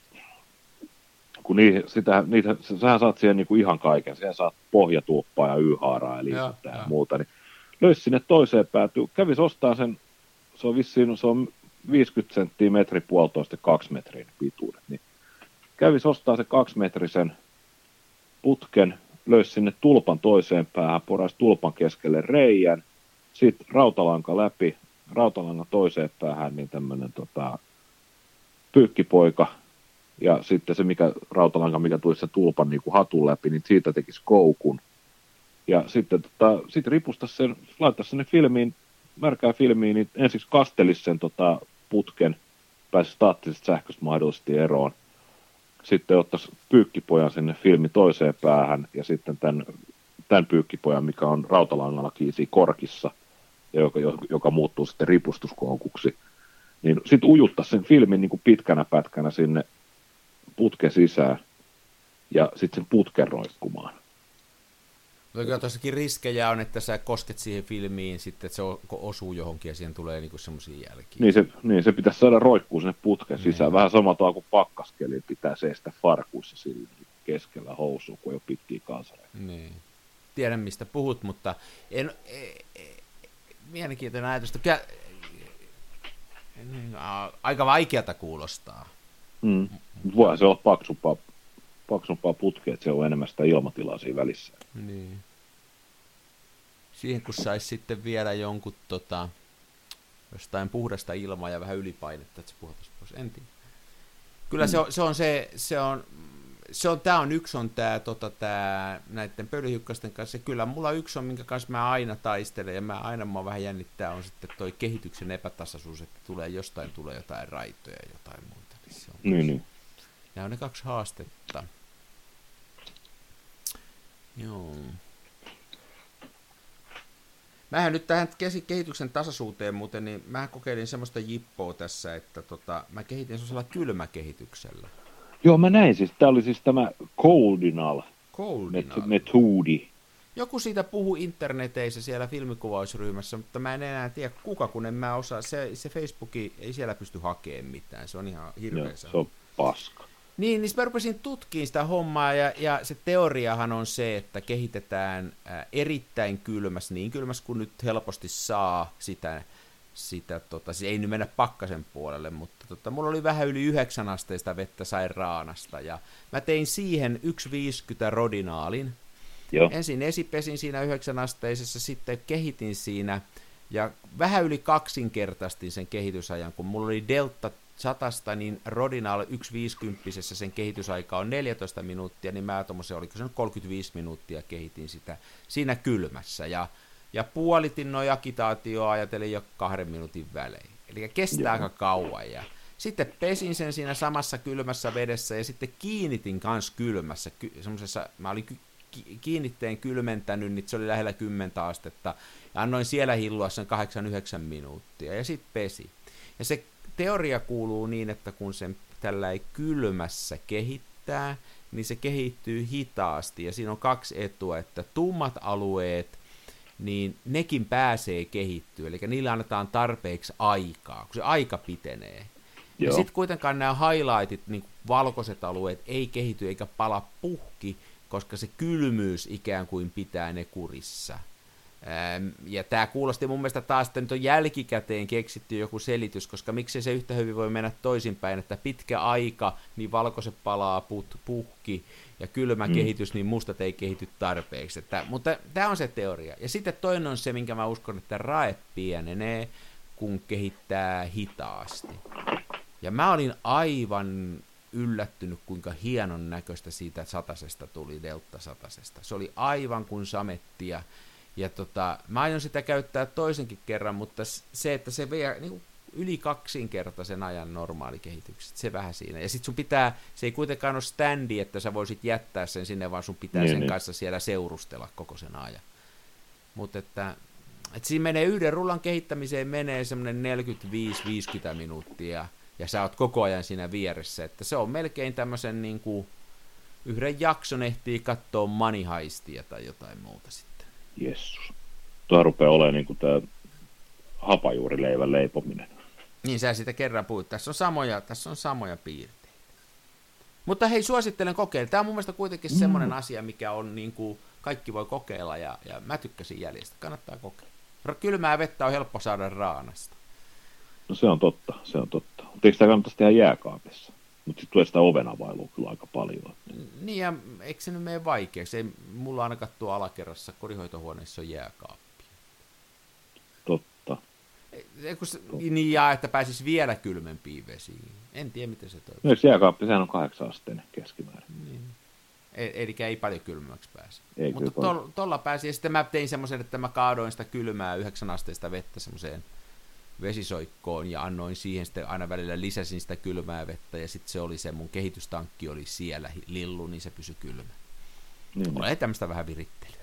kun niihin, sitä, niitä, sähän saat siihen niinku ihan kaiken. Siihen saat pohjatuoppaa ja y-haaraa ja lisätä ja, ja muuta. Niin löysi sinne toiseen päätyyn. Kävis ostaa sen, se on vissiin se on viisikymmentä senttiä, metri puolitoista, kaksi metrin pituudet. Niin kävis ostaa se kaksimetrisen putken, löysi sinne tulpan toiseen päähän, poraisi tulpan keskelle reijän, sitten rautalanka läpi, rautalangan toiseen päähän, niin tämmöinen tota, pyykkipoika, ja sitten se mikä, rautalanka, mikä tuli se tulpan niin kuin hatun läpi, niin siitä tekisi koukun. Ja sitten tota, sit ripustaisi sen, laittaisi sinne filmiin, märkää filmiin, niin ensiksi kastelisi sen tota, putken, pääsi staattisesta sähköstä mahdollisesti eroon. Sitten ottaisi pyykkipojan sinne filmi toiseen päähän ja sitten tämän, tämän pyykkipojan, mikä on rautalangalla kiinni korkissa, ja joka, joka muuttuu sitten ripustuskoukuksi, niin sitten ujuttaisi sen filmin niin kuin pitkänä pätkänä sinne putken sisään ja sitten sen putken roikkumaan. Kyllä tuossakin riskejä on, että sä kosket siihen filmiin, sitten että se osuu johonkin ja siihen tulee niinku semmoisia jälkiä. Niin se, niin se pitäisi saada roikkuu sinne putken sisään. Vähän samalla tavalla kuin pakkaskeli, pitää seistä farkuissa sillä keskellä housua, kun ei ole pitkiä kalsareita. Niin. Tiedän, mistä puhut, mutta en, e, e, mielenkiintoinen ajatus. Kyllä, aika vaikeata kuulostaa. Mm. Voihan se olla paksumpaa, paksumpaa putkea, että se on enemmän sitä ilmatilaa siinä välissä. Niin. Siihen kun saisi sitten vielä jonkun tota, jostain puhdasta ilmaa ja vähän ylipainetta, että se puhaltaisi pois, en tiedä. Kyllä mm. se on se, on se, se on, se on, tää on yksi on tää, tota, tää näiden pölyhiukkasten kanssa, kyllä mulla yksi on, minkä kanssa mä aina taistelen, ja mä aina mua vähän jännittää, on sitten toi kehityksen epätasaisuus, että tulee jostain tulee jotain raitoja ja jotain muuta. Se on niin, niin. Nämä on ne kaksi haastetta. Joo. Mähän nyt tähän kehityksen tasaisuuteen muuten, niin mä kokeilin semmoista jippoa tässä, että tota, mä kehitin semmoisella kylmäkehityksellä. Joo, mä näin siis. Tää oli siis tämä Coldinal, Coldinal. metodi. Joku siitä puhui interneteissä siellä filmikuvausryhmässä, mutta mä en enää tiedä kuka, kun en mä osaa. Se, se Facebooki ei siellä pysty hakemaan mitään, se on ihan hirveä. Joo, se on paska. Niin, niin mä rupesin tutkimaan sitä hommaa, ja, ja se teoriahan on se, että kehitetään ää, erittäin kylmässä, niin kylmässä kuin nyt helposti saa sitä, sitä tota, siis ei nyt mennä pakkasen puolelle, mutta tota, mulla oli vähän yli yhdeksän asteista vettä sain raanasta, ja mä tein siihen yksi pilkku viisikymmentä rodinaalin. Joo. Ensin esipesin siinä yhdeksän asteisessa, sitten kehitin siinä, ja vähän yli kaksinkertaistin sen kehitysajan, kun mulla oli delta satasta, niin Rodinal yksi pilkku viisikymmentä sen kehitysaika on neljätoista minuuttia, niin mä tommosen, oliko se nyt kolmekymmentäviisi minuuttia kehitin sitä siinä kylmässä, ja, ja puolitin noin agitaatioa ajatelin jo kahden minuutin välein, eli kestää aika kauan, ja sitten pesin sen siinä samassa kylmässä vedessä, ja sitten kiinnitin kans kylmässä, ky- semmosessa, mä olin ky- kiinnitteen kylmentänyt, niin se oli lähellä kymmentä astetta, ja annoin siellä hillua sen kahdeksan yhdeksän minuuttia, ja sitten pesi, ja se teoria kuuluu niin, että kun sen tällä ei kylmässä kehittää, niin se kehittyy hitaasti, ja siinä on kaksi etua, että tummat alueet, niin nekin pääsee kehittyä, eli niillä annetaan tarpeeksi aikaa, kun se aika pitenee. Joo. Ja sitten kuitenkaan nämä highlightit, niin valkoiset alueet, ei kehity eikä pala puhki, koska se kylmyys ikään kuin pitää ne kurissa. Ja tämä kuulosti mun mielestä taas, että nyt on jälkikäteen keksitty joku selitys, koska miksei se yhtä hyvin voi mennä toisinpäin, että pitkä aika, niin valkoiset palaa put, puhki, ja kylmä mm. kehitys, niin mustat ei kehity tarpeeksi. Että, mutta tämä on se teoria. Ja sitten toinen on se, minkä mä uskon, että rae pienenee, kun kehittää hitaasti. Ja mä olin aivan yllättynyt, kuinka hienon näköistä siitä satasesta tuli, delta-satasesta. Se oli aivan kuin samettia. Ja tota, mä aion sitä käyttää toisenkin kerran, mutta se, että se vie niin yli kaksinkertaisen ajan normaalikehitykset, se vähän siinä. Ja sit sun pitää, se ei kuitenkaan ole standi, että sä voisit jättää sen sinne, vaan sun pitää niin, sen niin. kanssa siellä seurustella koko sen ajan. Mutta että, että siinä menee yhden rullan kehittämiseen menee semmoinen neljäkymmentäviisi viisikymmentä minuuttia, ja sä oot koko ajan siinä vieressä, että se on melkein tämmöisen niin kuin yhden jakson ehtii katsoa Money Heistia tai jotain muuta sitten. Jessus. Tuo rupeaa olemaan niin kuin tämä hapajuurileivän leipominen. Niin, sä sitä kerran puhuit. Tässä on samoja, tässä on samoja piirteitä. Mutta hei, suosittelen kokeilla. Tämä on mun mielestä kuitenkin mm. semmoinen asia, mikä on niin kuin kaikki voi kokeilla, ja, ja mä tykkäsin jäljestä. Kannattaa kokeilla. Kylmää vettä on helppo saada raanasta. No se on totta, se on totta. Mutta eikö sitä kannattaisi tehdä jääkaapissa? Mutta sitten tulee sitä ovenavailua kyllä aika paljon. Niin, ja eikö se nyt mene vaikeaksi? Ei mulla ainakaan tuo alakerrassa kodinhoitohuoneessa on jääkaappi. Totta. Eiku, niin, ja että pääsisi vielä kylmempiin vesiin. En tiedä, miten se toimii. Myös jääkaappi, sehän on kahdeksan asteinen keskimäärin. Niin. Eli ei paljon kylmemmäksi pääse. Ei Mutta tuolla tol, pääsi, ja sitten mä tein semmoisen, että mä kaadoin sitä kylmää yhdeksän asteista vettä semmoiseen vesisoikkoon, ja annoin siihen sitten aina välillä lisäsin sitä kylmää vettä, ja sitten se oli se, mun kehitystankki oli siellä lillu, niin se pysyi kylmä. Niin, Olen niin. tämmöistä vähän virittelyä.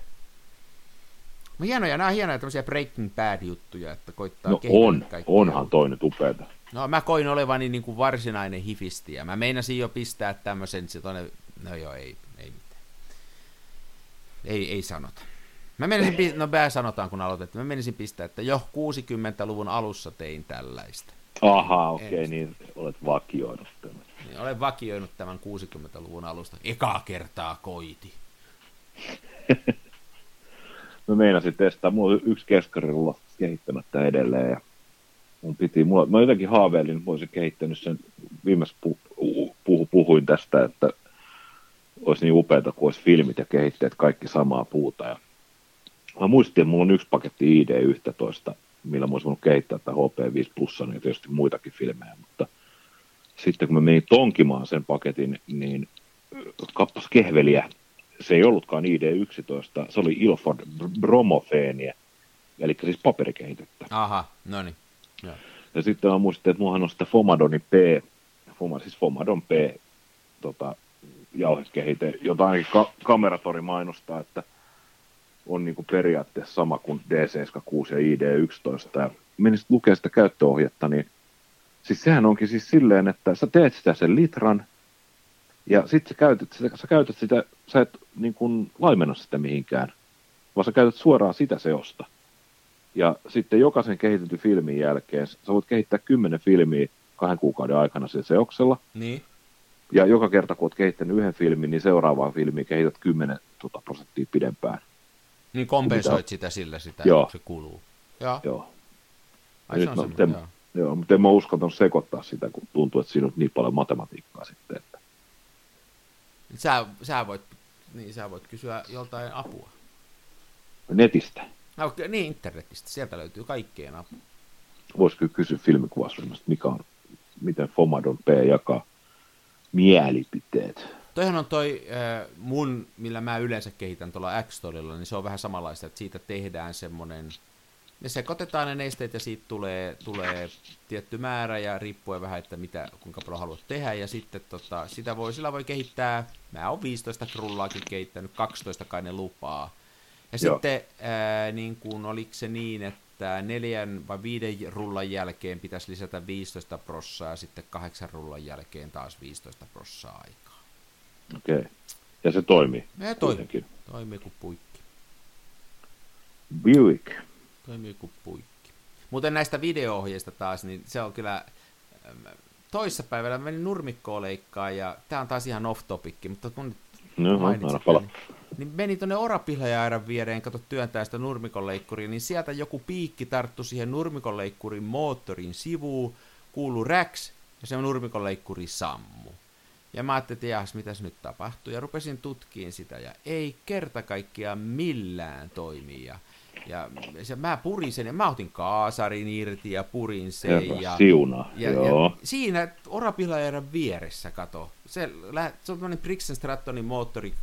No hienoja, nämä on hienoja tämmöisiä Breaking Bad-juttuja, että koittaa no kehittää on, kaikkea. onhan toi nyt upeata. No mä koin olevani niin kuin varsinainen hifisti, ja mä meinasin jo pistää tämmöisen, se tonne, no joo, ei, ei mitään. Ei, ei sanota. Mä menisin, pistää, no mä sanotaan kun aloitettiin, mä menisin pistää, että jo kuusikymmentäluvun alussa tein tällaista. Aha, okei, okay, niin olet vakioinut tämän. Niin, olen vakioinut tämän kuusikymmentäluvun alusta. Ekaa kertaa koiti. Mä meinasin testaa, mulla on yksi keskarirulla kehittämättä edelleen, ja mun piti, mulla, mä jotenkin haaveilin, että mä olisin kehittänyt sen, viimeis pu, puhu, puhuin tästä, että olisi niin upeata, kun olisi filmit ja kehitteet kaikki samaa puuta, ja mä muistin, että mulla on yksi paketti I D yksitoista millä mä olisin voinut kehittää tämä H P viisi Plussa, niin tietysti muitakin filmejä, mutta sitten kun mä menin tonkimaan sen paketin, niin kappas kehveliä, se ei ollutkaan I D yksitoista, se oli Ilford bromofeenia, eli siis paperikehitettä. Aha, no niin. Joo. Ja sitten mä muistin, että mullahan on sitä Fomadonin P, Foma, siis Fomadon P, tota, jauhekehite, jota ainakin ka- Kameratori mainostaa, että on niinku periaatteessa sama kuin D seitsemänkymmentäkuusi ja I D yksitoista. Ja menin sitten lukemaan sitä käyttöohjetta, niin siis sehän onkin siis silleen, että sä teet sitä sen litran, ja sitten sä käytät sitä, sä käytät sitä, sä et niin kuin laimenna sitä mihinkään, vaan sä käytät suoraan sitä seosta. Ja sitten jokaisen kehitetyn filmin jälkeen, sä voit kehittää kymmenen filmiä kahden kuukauden aikana sillä seoksella. Niin. Ja joka kerta, kun oot kehittänyt yhden filmin, niin seuraavaan filmiin kehität kymmenen tota, prosenttia pidempään. Niin kompensoit sitä sillä sitä, joo. Se kuluu. Joo. Joo. Ai, se on mä, semmoinen, en, joo. joo. Mutta en mä uskaltanut sekoittaa sitä, kun tuntuu, että siinä on niin paljon matematiikkaa sitten. Että... Sä, sä, voit, niin, sä voit kysyä joltain apua. Netistä. No, niin, internetistä. Sieltä löytyy kaikkeen apua. Voisiko kysyä filmikuvasfilmasta, mikä on, miten Fomadon P jakaa mielipiteet? Toihan on toi äh, mun, millä mä yleensä kehitän tuolla X-Storilla, niin se on vähän samanlaista, että siitä tehdään semmoinen, ne sekoitetaan ne nesteet ja siitä tulee, tulee tietty määrä ja riippuen vähän, että mitä, kuinka paljon haluat tehdä ja sitten tota, sitä voi, sillä voi kehittää, mä oon viisitoista krullaakin kehittänyt, kaksitoista kai ne lupaa. Ja Joo. sitten ää, niin kuin, oliko se niin, että neljän vai viiden rullan jälkeen pitäisi lisätä viisitoista prossaa ja sitten kahdeksan rullan jälkeen taas viisitoista prossaa aikaa. Okei. Okay. Ja se toimii? Ja toimii. Toimii kuin puikki. Buick. Toimii kuin puikki. Muuten näistä video-ohjeista taas, niin se on kyllä... Toissapäivällä menin nurmikkoon leikkaan ja tää on taas ihan off-topikki, mutta kun nyt no, mainitsit, niin, niin meni tuonne Orapihlaja-aidan viereen, kato työntää sitä nurmikonleikkuria, niin sieltä joku piikki tarttui siihen nurmikonleikkurin moottorin sivuun, kuului räks ja se nurmikonleikkuri sammu. Ja mä ajattelin, että jahas, mitäs nyt tapahtuu, ja rupesin tutkiin sitä, ja ei kerta kaikkiaan millään toimi. Ja, ja se, mä purin sen, ja mä otin kaasarin irti, ja purin sen. Herra ja, siuna, ja, joo. Ja siinä Orapihlajan vieressä, kato, se, se on tämmöinen Brixton Strattonin moottori,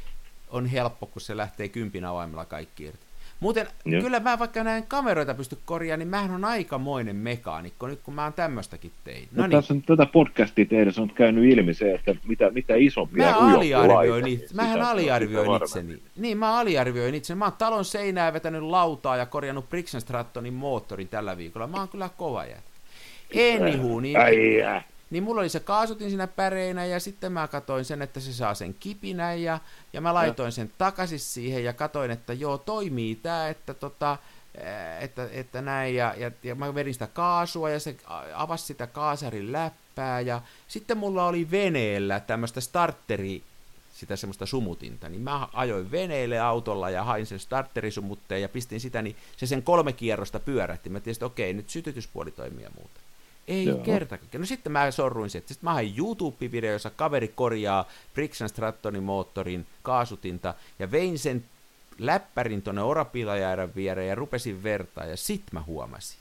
on helppo, kun se lähtee kympin avaimella kaikki irti. Muuten, ja. Kyllä mä vaikka näin kameroita pysty korjaamaan, niin mähän on aikamoinen mekaanikko, nyt kun mä oon tämmöistäkin tein. No, no niin. Tässä on tätä podcastia tehdessä on käynyt ilmi se, että mitä, mitä isompia mä aliarvioin laita, it, Mähän aliarvioin itseni. Niin, mä aliarvioin itseni. Mä oon talon seinää vetänyt lautaa ja korjannut Brixton Strattonin moottorin tällä viikolla. Mä oon kyllä kova jätkä. Anywho, niin... Äijä. Niin mulla oli se kaasutin siinä päreinä ja sitten mä katoin sen, että se saa sen kipinän ja, ja mä laitoin sen takaisin siihen ja katoin, että joo, toimii tää, että, tota, että, että näin ja, ja, ja mä vedin sitä kaasua ja se avasi sitä kaasarin läppää ja sitten mulla oli veneellä tämmöistä starteri, sitä semmoista sumutinta, niin mä ajoin veneelle autolla ja hain sen starterisumutteen ja pistin sitä, niin se sen kolme kierrosta pyörähti. Mä tiesin, että okei, nyt sytytyspuoli toimii ja muuta. Ei kertakaan. No sitten mä sorruin sen, että sitten mä hain YouTube-video, jossa kaveri korjaa Brixton Strattonin moottorin kaasutinta, ja vein sen läppärin tuonne Orapihlaja-aidan viereen ja rupesin vertaa, ja sit mä huomasin.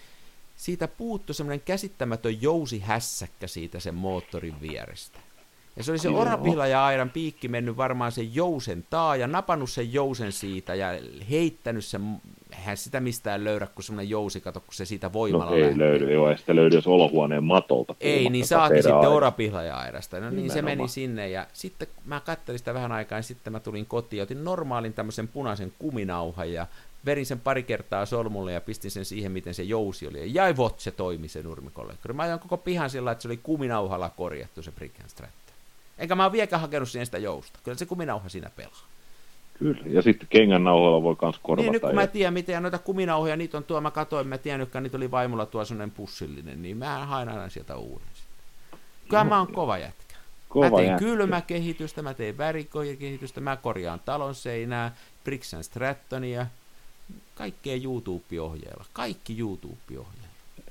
Siitä puuttui semmoinen käsittämätön jousihässäkkä siitä sen moottorin vierestä. Ja se oli se Orapihlaja-aidan piikki mennyt varmaan sen jousen taa ja napannut sen jousen siitä ja heittänyt sen, eihän sitä mistään löydä, kun semmoinen jousi, kato, kun se siitä voimalla no, ei lähtee. löydy, joo, ei sitä löydy, jos olohuoneen matolta. Ei, niin saati sitten Orapihlaja-aidasta. No niin, se meni sinne ja sitten mä katselin sitä vähän aikaa ja sitten mä tulin kotiin ja otin normaalin tämmöisen punaisen kuminauhan ja verin sen pari kertaa solmulle ja pistin sen siihen, miten se jousi oli. Ja jäi vot, se toimi se nurmikonleikkuri. Mä ajoin koko pihan sillä, että se oli kuminauhalla korjattu se Brixton Stratton. Enkä mä oon vieläkään hakenut siihen sitä jousta. Kyllä se kuminauha siinä pelaa. Kyllä, ja sitten kengän nauhoilla voi kans korvata. Niin, nyt kun ja... mä tiedän, miten noita kuminauhoja, niitä on tuo, mä katoin, mä tiedän, että niitä oli vaimolla tuo sellainen pussillinen, niin mä hain aina sieltä uuden. Kyllä no, mä oon kova jätkä. Kova mä teen jätkä. Kylmäkehitystä, mä teen värikojekehitystä, mä korjaan talon seinää, Brixton Strattonia, kaikkea YouTube-ohjeilla. Kaikki YouTube-ohjeilla.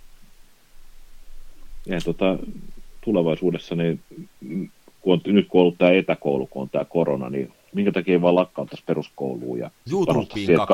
Ja tota, tulevaisuudessa, niin, kun on, nyt kun on ollut tämä etäkoulu, kun on tämä korona, niin minkä takia ei vaan lakkauttaisi peruskouluun ja YouTubeen kakara.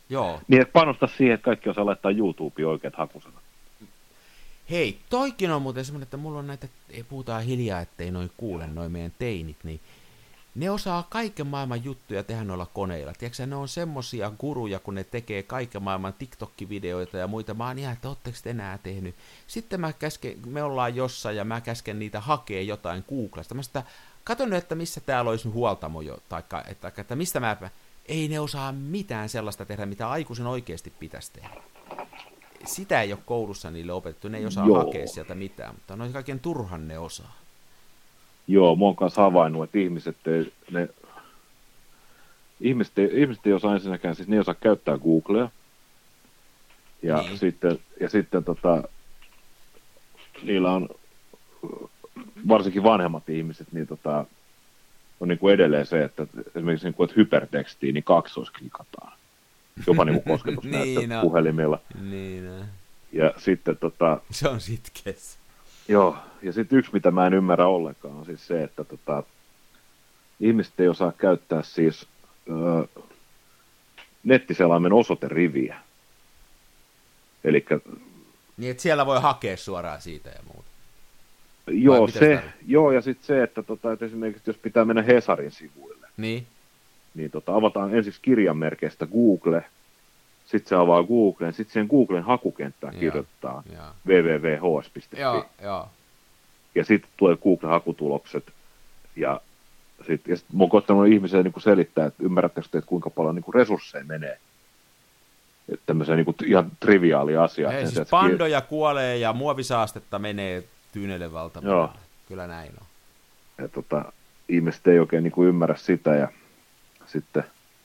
Joo. Niin, että panosta siihen, että kaikki osaa laittaa YouTubeen oikeat hakusanat. Hei, toikin on muuten semmoinen, että mulla on näitä, ei puhutaan hiljaa, ettei noin kuule, noin meidän teinit, niin ne osaa kaiken maailman juttuja tehdä noilla koneilla. Tiedätkö, ne on semmosia guruja, kun ne tekee kaiken maailman TikTok-videoita ja muita. Mä oon ihan, että ootteko te enää tehnyt. Sitten mä käsken, me ollaan jossain ja mä käsken niitä hakee jotain Googlesta. Mä sitä, katon nyt, että missä täällä olisi huoltamo jo, taikka, että, että mistä mä, ei ne osaa mitään sellaista tehdä, mitä aikuisen oikeasti pitäisi tehdä. Sitä ei ole koulussa niille opetettu, ne ei osaa Joo. hakea sieltä mitään, mutta noin kaiken turhan ne osaa. Joo, mä oon kanssa havainnut, että ihmiset ei, ne, ihmiset, ei, ihmiset ei osaa ensinnäkään, siis ne ei osaa käyttää Googlea. Ja Niin. sitten, ja sitten tota, niillä on, varsinkin vanhemmat ihmiset, niin tota, on niin kuin edelleen se, että esimerkiksi niin kuin, että hypertekstiin, niin kaksoisklikataan. Jopa niin kuin kosketusnäyttö Niin on. puhelimella. Niin, Ja sitten tota, se on sitkeässä. joo, ja sitten yksi, mitä mä en ymmärrä ollenkaan, on siis se, että tota, ihmiset ei osaa käyttää siis ö, nettiselaimen osoiteriviä. Elikkä, Niin, että siellä voi hakea suoraan siitä ja muuta. joo, mitä se, sitä- joo, ja sitten se, että, tota, että esimerkiksi jos pitää mennä Hesarin sivuille, Niin, niin tota, avataan ensiksi kirjanmerkeistä Google, sitten se avaa Googlen, sitten siihen Googlen hakukenttään Joo, kirjoittaa joo. double-u double-u double-u piste h s piste f i. Joo, joo. Ja sitten tulee Google-hakutulokset, ja sitten sit mä oon koittanut ihmiselle niin selittää, että ymmärrättekö te, että kuinka paljon niin resursseja menee. Että tämmöiseen niin ihan triviaali asia. Ei, Sen siis sijaan, että pandoja kuolee ja muovisaastetta menee tyynelle valtamerelle. Joo. Kyllä näin on. ki- ja, tota, ihmiset ei oikein niin kuin ymmärrä sitä, ja sitten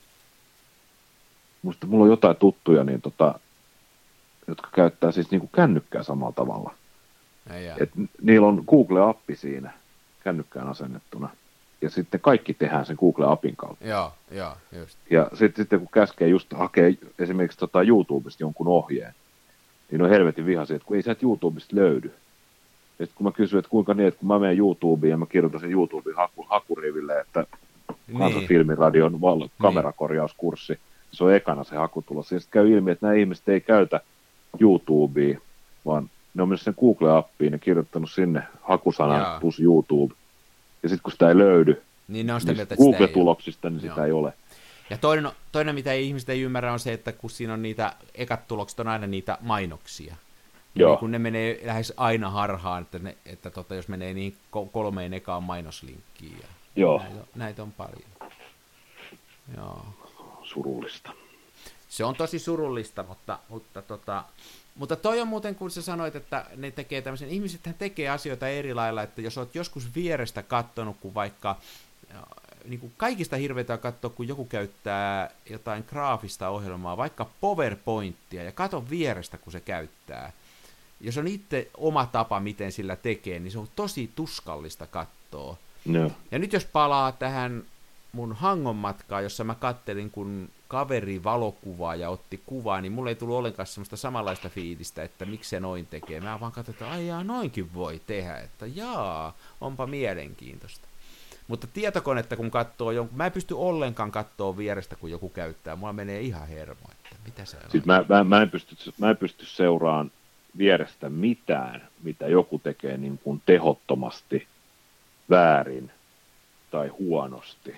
musta mulla on jotain tuttuja, niin tota, jotka käyttää siis niin kuin kännykkää samalla tavalla. Ei, jää. Et niillä on Google-appi siinä kännykkään asennettuna, ja sitten kaikki tehdään sen Google-appin kautta. Joo, joo, just. Ja sitten, sitten kun käskee just hakee esimerkiksi tota YouTubesta jonkun ohjeen, niin on helvetin vihaisia, että kun ei sieltä YouTubesta löydy. Ja sitten kun mä kysyn, että kuinka niin, että kun mä menen YouTubeen ja mä kirjoitan sen YouTuben haku, hakuriville, että Kansan Niin. filmiradion val- kamerakorjauskurssi, se on ekana se hakutulos. Ja sitten käy ilmi, että nämä ihmiset ei käytä YouTubea, vaan ne on myös sen Google-appiin ja kirjoittanut sinne hakusanan Jaa. plus YouTube. Ja sitten kun sitä ei löydy, Niin ne on sitä niin mieltä, että sitä ei ole. Google-tuloksista, niin Joo. sitä ei ole. Ja toinen, toinen, mitä ei ihmiset ei ymmärrä, on se, että kun siinä on niitä, ekat tulokset on aina niitä mainoksia. Joo. Niin kun ne menee lähes aina harhaan, että, ne, että tota, jos menee niin ko- kolmeen ekaan mainoslinkkiin. Ja Joo. Näitä, on- näitä on paljon. Joo. Surullista. Se on tosi surullista, mutta, mutta, tota, mutta toi on muuten, kun sä sanoit, että ne tekee tämmöisen, ihmisethän tekee asioita eri lailla, että jos oot joskus vierestä kattonut, kun vaikka niin kuin kaikista hirveitä on katsoa, kun joku käyttää jotain graafista ohjelmaa, vaikka PowerPointia, ja kato vierestä, kun se käyttää. Jos on itse oma tapa, miten sillä tekee, niin se on tosi tuskallista katsoa. Joo. Ja nyt jos palaa tähän mun Hangon matkaan, jossa mä kattelin, kun kaveri valokuvaa ja otti kuvaa, niin mulle ei tullut ollenkaan semmoista samanlaista fiilistä, että miksi se noin tekee. Mä vaan katsoin, että ai jaa, noinkin voi tehdä, että jaa, onpa mielenkiintoista. Mutta tietokonetta kun katsoo jonkun, mä en pysty ollenkaan katsoa vierestä, kun joku käyttää. Mulla menee ihan hermo, että mitä se on. Siis mä, mä, mä, en pysty, mä en pysty seuraan vierestä mitään, mitä joku tekee niin kuin tehottomasti, väärin tai huonosti.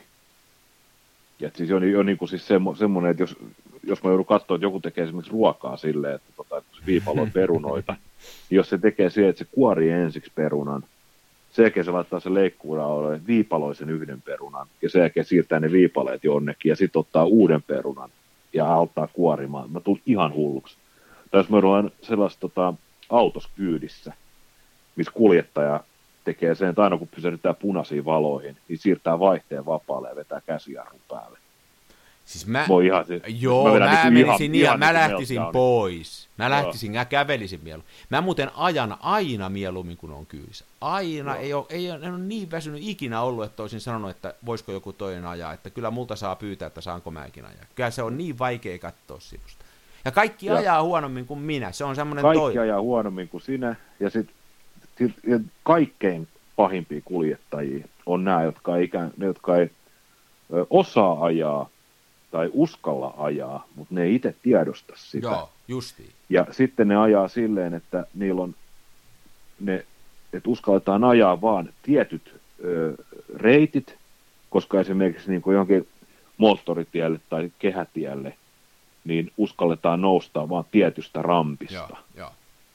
Ja siis on, on niin kuin siis semmo, semmoinen, että jos, jos mä joudun katsoa, että joku tekee esimerkiksi ruokaa silleen, että, tota, että se viipaloi perunoita, niin jos se tekee siihen, että se kuorii ensiksi perunan, sen jälkeen se laittaa sen leikkuuraudalle, viipaloi sen yhden perunan, ja sen jälkeen siirtää ne viipaleet jonnekin, ja sitten ottaa uuden perunan, ja auttaa kuorimaan. Mä tulin ihan hulluksi. Tai jos mä joudun sellaista tota, autossa kyydissä, missä kuljettaja tekee sen, että aina kun pysähdytään punaisiin valoihin, niin siirtää vaihteen vapaalle ja vetää käsijarrun päälle. Siis mä, Mä oon ihan, se, joo, vedän mä, niinku menisin ihan- niin, ihan mä niinku lähtisin meltdownin. pois. Mä Joo. lähtisin, mä kävelisin mieluummin. Mä muuten ajan aina mieluummin, kun on kyydissä. Aina, Joo. ei ole, ei ole, en ole niin väsynyt ikinä ollut, että olisin sanonut, että voisiko joku toinen ajaa, että kyllä multa saa pyytää, että saanko mäkin ajaa. Kyllä se on niin vaikea katsoa sinusta. Ja kaikki Joo. ajaa huonommin kuin minä, se on semmoinen Kaikki toi. ajaa huonommin kuin sinä, ja sitten sit, ja kaikkein pahimpia kuljettajia on nämä, jotka ei, ikään, ne, jotka ei ö, osaa ajaa, tai uskalla ajaa, mutta ne ei itse tiedosta sitä. Joo, justiin. Ja sitten ne ajaa silleen, että niillä on ne, että uskalletaan ajaa vaan tietyt ö, reitit, koska esimerkiksi niin kuin johonkin moottoritielle tai kehätielle, niin uskalletaan nousta vaan tietystä rampista. Joo, jo.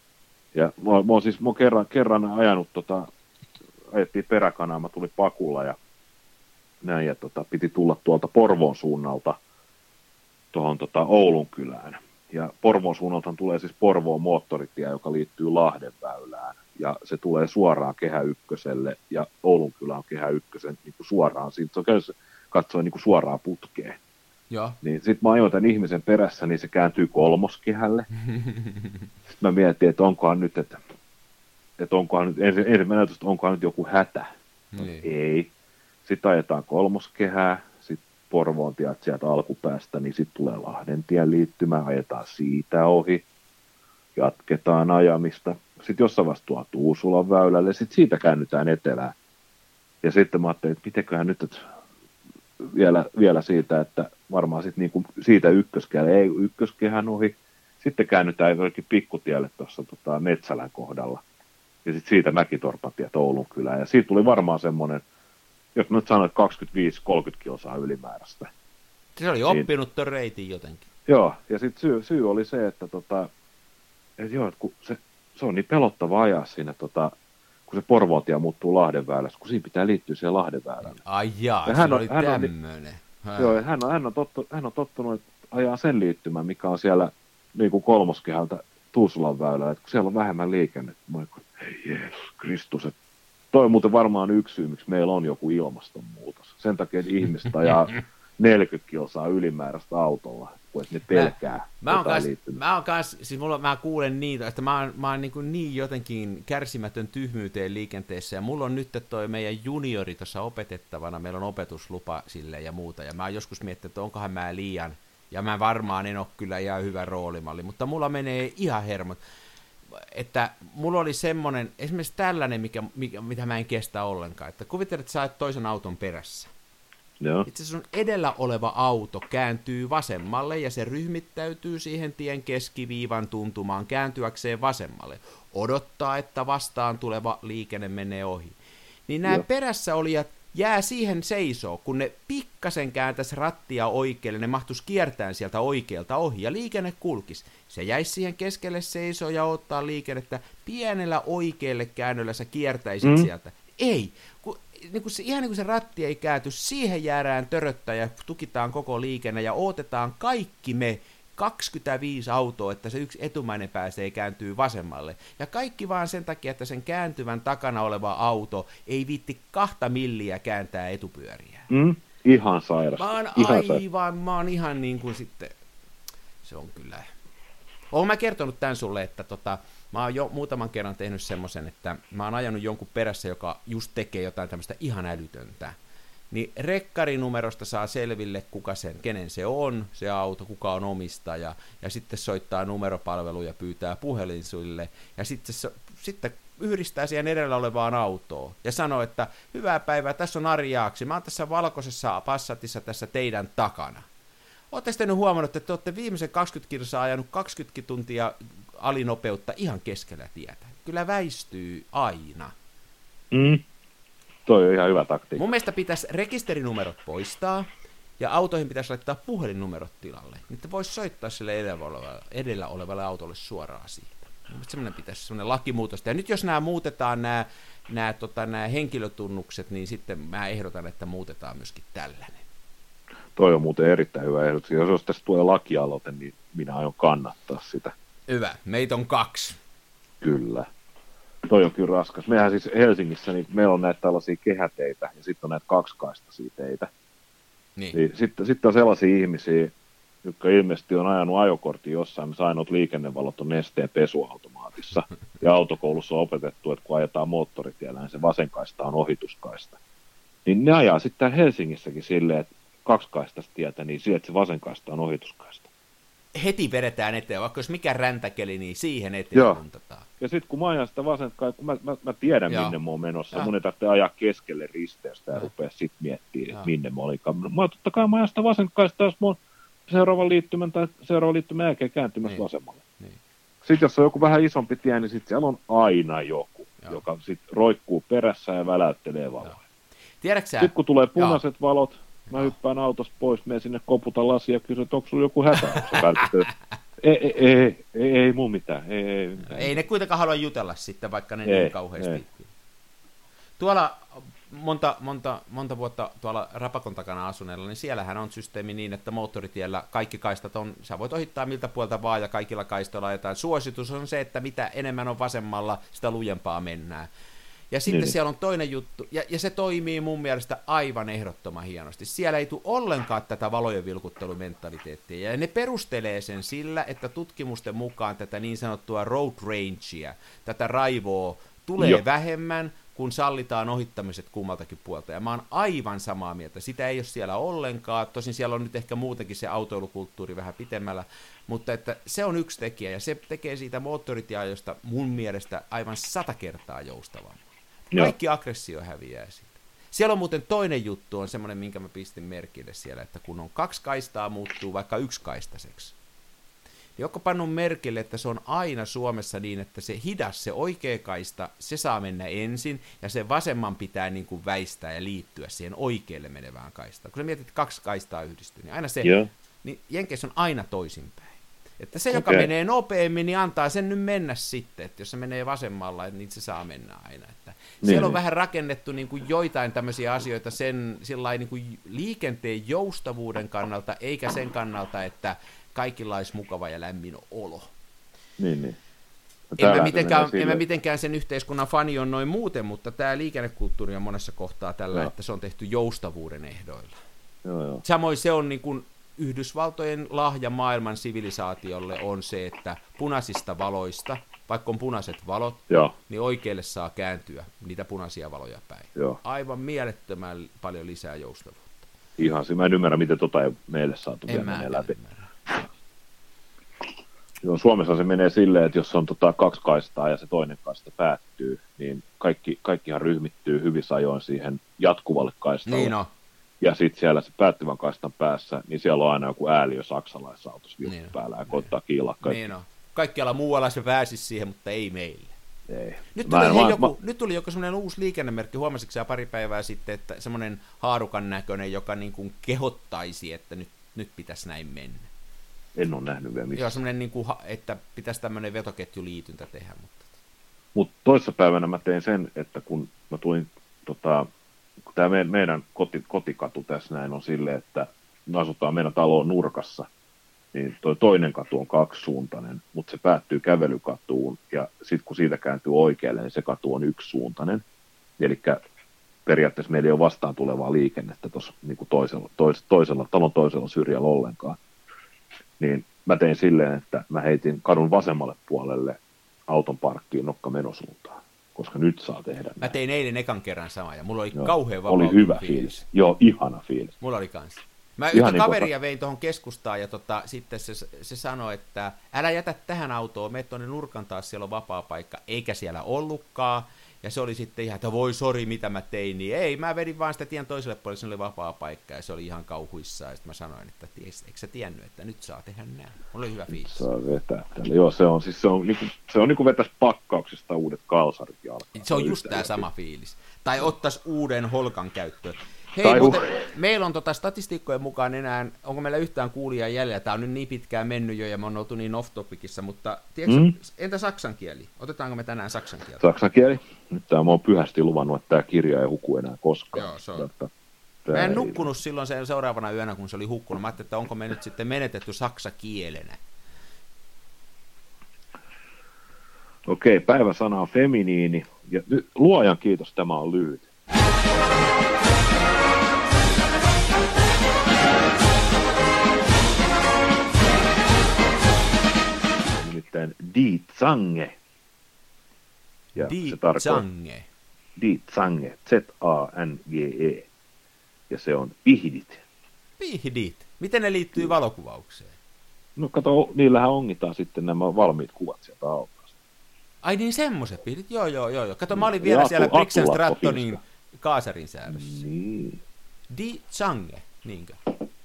Ja mä, mä oon siis mä oon kerran, kerran ajanut, tota, ajettiin peräkanaa, mä tulin pakulla ja näin, ja tota, piti tulla tuolta Porvoon suunnalta tuohon tota, Oulun kylään. Ja Porvoon suunnalta tulee siis Porvoon moottoritie, joka liittyy Lahdenväylään. Ja se tulee suoraan Kehä Ykköselle, ja Oulun kylä on Kehä Ykkösen niin kuin suoraan. Siitä se on käynyt katsoen niin kuin suoraan putkeen. Joo. Niin sitten mä ajoin tämän ihmisen perässä, niin se kääntyy kolmoskehälle. Sitten mä mietin, että onkohan nyt, että, että onkohan nyt, ensin, ensin ajatus, että onkohan nyt joku hätä. Niin. Ei. Sitten ajetaan kolmoskehää, sitten Porvoon tiet sieltä alkupäästä, niin sitten tulee Lahdentien liittymä, ajetaan siitä ohi, jatketaan ajamista. Sitten jossain vaiheessa tuo Tuusulan väylälle, sitten siitä käännytään etelään. Ja sitten mä ajattelin, että mitenköhän nyt, että vielä, vielä siitä, että varmaan sitten niinku siitä ykköskehälle, ei ykköskehän ohi, sitten käännytään jollekin pikkutielle tuossa tota Metsälän kohdalla. Ja sitten siitä Mäkitorpatiet Oulun kylään. Ja siitä tuli varmaan semmoinen, jos mä nyt sanon, että kaksikymmentäviisi kolmekymmentä kilsaa ylimääräistä. Se oli oppinut niin, ton reitin jotenkin. Joo, ja sitten syy, syy oli se, että, tota, et joo, että kun se, se on niin pelottava ajaa siinä, tota, kun se Porvootie muuttuu Lahdenväylässä, kun siinä pitää liittyä siihen Lahdenväylään. Ai jaa, ja se hän oli on, tämmöinen. Hän, joo, hän on, hän, on tottu, hän on tottunut, että ajaa sen liittymän, mikä on siellä niin kuin kolmoskehältä Tuusulan väylällä, että kun siellä on vähemmän liikennettä. Mä oon, hei Jeesus Kristus, että toi on muuten varmaan yksi syy, miksi meillä on joku ilmastonmuutos. Sen takia, että ihmistä ajaa neljäkymmentä kilsaa ylimääräistä autolla, kun ne pelkää. Mä, mä oon kans, mä oon kans, siis mulla, mä kuulen niitä, että mä oon, mä oon niin, niin jotenkin kärsimätön tyhmyyteen liikenteessä, ja mulla on nyt toi meidän juniori tuossa opetettavana, meillä on opetuslupa sille ja muuta, ja mä oon joskus miettinyt, että onkohan mä liian, ja mä varmaan en ole kyllä ihan hyvä roolimalli, mutta mulla menee ihan hermot. Että mulla oli semmoinen, esimerkiksi tällainen, mikä, mikä, mitä mä en kestä ollenkaan, että kuvittelet, että sä oot toisen auton perässä. Joo. Itse asiassa sun edellä oleva auto kääntyy vasemmalle ja se ryhmittäytyy siihen tien keskiviivan tuntumaan kääntyäkseen vasemmalle. Odottaa, että vastaan tuleva liikenne menee ohi. Niin nämä Joo. perässä olijat jää siihen seisoo, kun ne pikkasen kääntäisi rattia oikealle, ne mahtuisi kiertämään sieltä oikealta ohi ja liikenne kulkisi. Se jäisi siihen keskelle seisoo ja ottaa liikennettä. Pienellä oikealle käännöllä sä kiertäisit mm. sieltä. Ei, kun, niin kun se, ihan niin kuin se ratti ei käänty, siihen jäädään töröttää ja tukitaan koko liikenne ja odotetaan kaikki me kaksikymmentäviisi autoa, että se yksi etumainen pääsee kääntyy vasemmalle. Ja kaikki vaan sen takia, että sen kääntyvän takana oleva auto ei viitti kahta milliä kääntää etupyöriä. Mm, ihan sairas. Mä oon ihan aivan, sairas. mä oon ihan niin kuin sitten, se on kyllä. Oon mä kertonut tän sulle, että tota, mä oon jo muutaman kerran tehnyt semmoisen, että mä oon ajanut jonkun perässä, joka just tekee jotain tämmöistä ihan älytöntä. Niin rekkarinumerosta saa selville, kuka sen, kenen se on, se auto, kuka on omistaja, ja sitten soittaa numeropalvelu ja pyytää puhelinsuille, ja sitten, se, sitten yhdistää siihen edellä olevaan autoon, ja sanoo, että hyvää päivää, tässä on Ari Jaaksi, mä oon tässä valkoisessa Passatissa tässä teidän takana. Ootte sitten huomannut, että te olette viimeisen kaksikymmentä kilsaa ajanut kaksikymmentä tuntia alinopeutta ihan keskellä tietä. Kyllä väistyy aina. Mm. Toi on ihan hyvä taktiikka. Mun mielestä pitäisi rekisterinumerot poistaa, ja autoihin pitäisi laittaa puhelinnumerot tilalle. Niitä voisi soittaa sille edellä olevalle, edellä olevalle autolle suoraan siitä. Mun mielestä semmoinen pitäisi semmoinen lakimuutos. Ja nyt jos nämä muutetaan, nämä, nämä, tota, nämä henkilötunnukset, niin sitten mä ehdotan, että muutetaan myöskin tällainen. Toi on muuten erittäin hyvä ehdotus. Jos tässä tulee lakialoite, niin minä aion kannattaa sitä. Hyvä. Meitä on kaksi. Kyllä. Toi on kyllä raskas. Mehän siis Helsingissä, niin meillä on näitä tällaisia kehäteitä, ja sitten on näitä kaksikaistaisia teitä. Niin. Niin sitten, sitten on sellaisia ihmisiä, jotka ilmeisesti on ajanut ajokortin jossain, missä ainoat liikennevalot on Nesteen pesuautomaatissa. Ja autokoulussa on opetettu, että kun ajetaan moottoritiellä, niin se vasenkaista on ohituskaista. Niin ne ajaa sitten Helsingissäkin silleen, että kaksikaistaista tietä, niin siihen, että se vasenkaista on ohituskaista. Heti vedetään eteen, vaikka jos mikä räntäkeli, niin siihen eteen puntataan. Ja sitten kun mä ajan sitä vasenkaista, kun mä, mä, mä tiedän, Joo. minne mä oon menossa, ja. mun ei tarvitse ajaa keskelle risteystä ja, ja rupea sitten miettimään, että minne mä olikaan. Mä totta kai mä ajan sitä vasenkaista, jos mä oon seuraavan liittymän tai seuraavan liittymän jälkeen kääntymässä niin. vasemmalle. Niin. Sitten jos on joku vähän isompi tie, niin sitten siellä on aina joku, Joo. joka sitten roikkuu perässä ja väläyttelee valoja. Sitten kun tulee punaiset Joo. valot, mä Joo. hyppään autosta pois, menen sinne, koputan lasia ja kysyn, että onko sulla joku hätä? ei, ei, ei, ei, ei mun mitään. Ei, ei, mitään. Ei ne kuitenkaan halua jutella sitten, vaikka ne ei, niin kauheasti. Ei. Tuolla monta, monta, monta vuotta tuolla Rapakon takana asuneella, niin siellähän on systeemi niin, että moottoritiellä kaikki kaistat on, sä voit ohittaa miltä puolta vaan ja kaikilla kaistoilla ajetaan. Suositus on se, että mitä enemmän on vasemmalla, sitä lujempaa mennään. Ja sitten niin. siellä on toinen juttu, ja, ja se toimii mun mielestä aivan ehdottoman hienosti. Siellä ei tule ollenkaan tätä valojen vilkuttelumentaliteettia, ja ne perustelee sen sillä, että tutkimusten mukaan tätä niin sanottua road rangea, tätä raivoa, tulee Joo. vähemmän, kun sallitaan ohittamiset kummaltakin puolta. Ja mä oon aivan samaa mieltä. Sitä ei ole siellä ollenkaan. Tosin siellä on nyt ehkä muutenkin se autoilukulttuuri vähän pitemmällä. Mutta että se on yksi tekijä. Ja se tekee siitä moottoritieajosta mun mielestä aivan sata kertaa joustavamman. Kaikki aggressio häviää siitä. Siellä on muuten toinen juttu, on semmoinen, minkä mä pistin merkille siellä, että kun on kaksi kaistaa, muuttuu vaikka yksikaistaiseksi. Joko pannut merkille, että se on aina Suomessa niin, että se hidas, se oikea kaista, se saa mennä ensin, ja se vasemman pitää niin kuin väistää ja liittyä siihen oikealle menevään kaistaan. Kun sä mietit, että kaksi kaistaa yhdistyy, niin aina se, yeah. niin Jenkeissä on aina toisinpäin. Että se, joka okay. menee nopeammin, niin antaa sen nyt mennä sitten, että jos se menee vasemmalla, niin se saa mennä aina. Että niin, siellä on niin. vähän rakennettu niin kuin joitain tämmöisiä asioita sen niin kuin liikenteen joustavuuden kannalta, eikä sen kannalta, että kaikilla olisi mukava ja lämmin olo. Niin, niin. En mä, mitenkään, en mä mitenkään sen yhteiskunnan fani on noin muuten, mutta tämä liikennekulttuuri on monessa kohtaa tällä, no. että se on tehty joustavuuden ehdoilla. Joo, joo. Samoin se on niin kuin Yhdysvaltojen lahja maailman sivilisaatiolle on se, että punaisista valoista, vaikka on punaiset valot, Joo. niin oikealle saa kääntyä niitä punaisia valoja päin. Joo. Aivan mielettömän paljon lisää joustavuutta. Ihan, mä en ymmärrä, miten tota ei meille saatu en vielä menee läpi. Ymmärrä. Joo, Suomessa se menee silleen, että jos on tota kaksi kaistaa ja se toinen kaista päättyy, niin kaikki, kaikkihan ryhmittyy hyvissä ajoin siihen jatkuvalle kaistalle. Niin on. Ja sitten siellä se päättyvän kaistan päässä, niin siellä on aina joku ääliö saksalaisessa autossa niin päällä ja koittaa kiilaa kaikki. Niin on. Kaikkialla muualla se pääsisi siihen, mutta ei meille. Ei. Nyt tuli, en, hei, mä, joku, mä... nyt tuli joku semmoinen uusi liikennemerkki, huomasitko sä pari päivää sitten, että semmoinen haarukan näköinen, joka niin kuin kehottaisi, että nyt, nyt pitäisi näin mennä. En ole nähnyt vielä missään. Joo, semmoinen, niin kuin, että pitäisi tämmöinen vetoketjuliityntä tehdä. Mutta Mut toissapäivänä mä tein sen, että kun mä tulin, tota, kun tämä meidän, meidän koti, kotikatu tässä näin on silleen, että me asutaan meidän taloon nurkassa, niin toi toinen katu on kaksisuuntainen, mutta se päättyy kävelykatuun, ja sitten kun siitä kääntyy oikealle, niin se katu on yksisuuntainen. Eli periaatteessa meillä ei ole vastaan tulevaa liikennettä tuossa niin toisella, tois, toisella, talon toisella syrjällä ollenkaan. Niin mä tein silleen, että mä heitin kadun vasemmalle puolelle auton parkkiin nokka menosuuntaan, koska nyt saa tehdä näin. Mä tein eilen ekan kerran sama, ja mulla oli Joo, kauhean vapautunut Oli hyvä fiilis. fiilis. Joo, ihana fiilis. Mulla oli kanssa. Mä Ihan yhtä niin kaveria kota. vein tuohon keskustaan, ja tota, sitten se, se sanoi, että älä jätä tähän autoon, mene tuonne nurkan taas, siellä on vapaa paikka, eikä siellä ollutkaan. Ja se oli sitten ihan, että voi sori, mitä mä tein, niin ei, mä vedin vaan sitä tien toiselle puolelle, se oli vapaa paikka, ja se oli ihan kauhuissaan, ja sitten mä sanoin, että eikö sä tiennyt, että nyt saa tehdä näin. Mulla oli hyvä fiilis. Saa vetää tälle. Joo, se on, siis se on, niinku, se on niinku vetäisi pakkauksesta uudet kalsarit jalkaan. Se on just tää sama fiilis. Tai ottais uuden holkan käyttöön. Hei, muuten, meillä on tota statistiikkojen mukaan enää, onko meillä yhtään kuulijaa jäljellä, tämä on nyt niin pitkään mennyt jo ja me on oltu niin off-topicissa, mutta tiedätkö, mm. entä saksan kieli? Otetaanko me tänään saksan kieltä? Saksan kieli? Nyt tämä mä oon pyhästi luvannut, että tämä kirja ei huku enää koskaan. Joo, se on. Mä en nukkunut silloin sen seuraavana yönä, kun se oli hukkunut. Mä ajattelin, että onko me nyt sitten menetetty saksa kielenä. Okei, päiväsana on feminiini, ja nyt, luojan kiitos, tämä on lyhyt. Nimittäin Die Zange. Ja Die se tarkoittaa Zange. Die Zange, Z A N G E. Ja se on pihdit. Pihdit? Miten ne liittyy valokuvaukseen? No kato, niillähän ongitaan sitten nämä valmiit kuvat sieltä autosta. Ai niin, semmoiset pihdit? Joo, joo, joo. Kato, mä olin vielä siellä Brixen Strattonin Kaasarin säädössä. Niin. Die Zange, niinkö?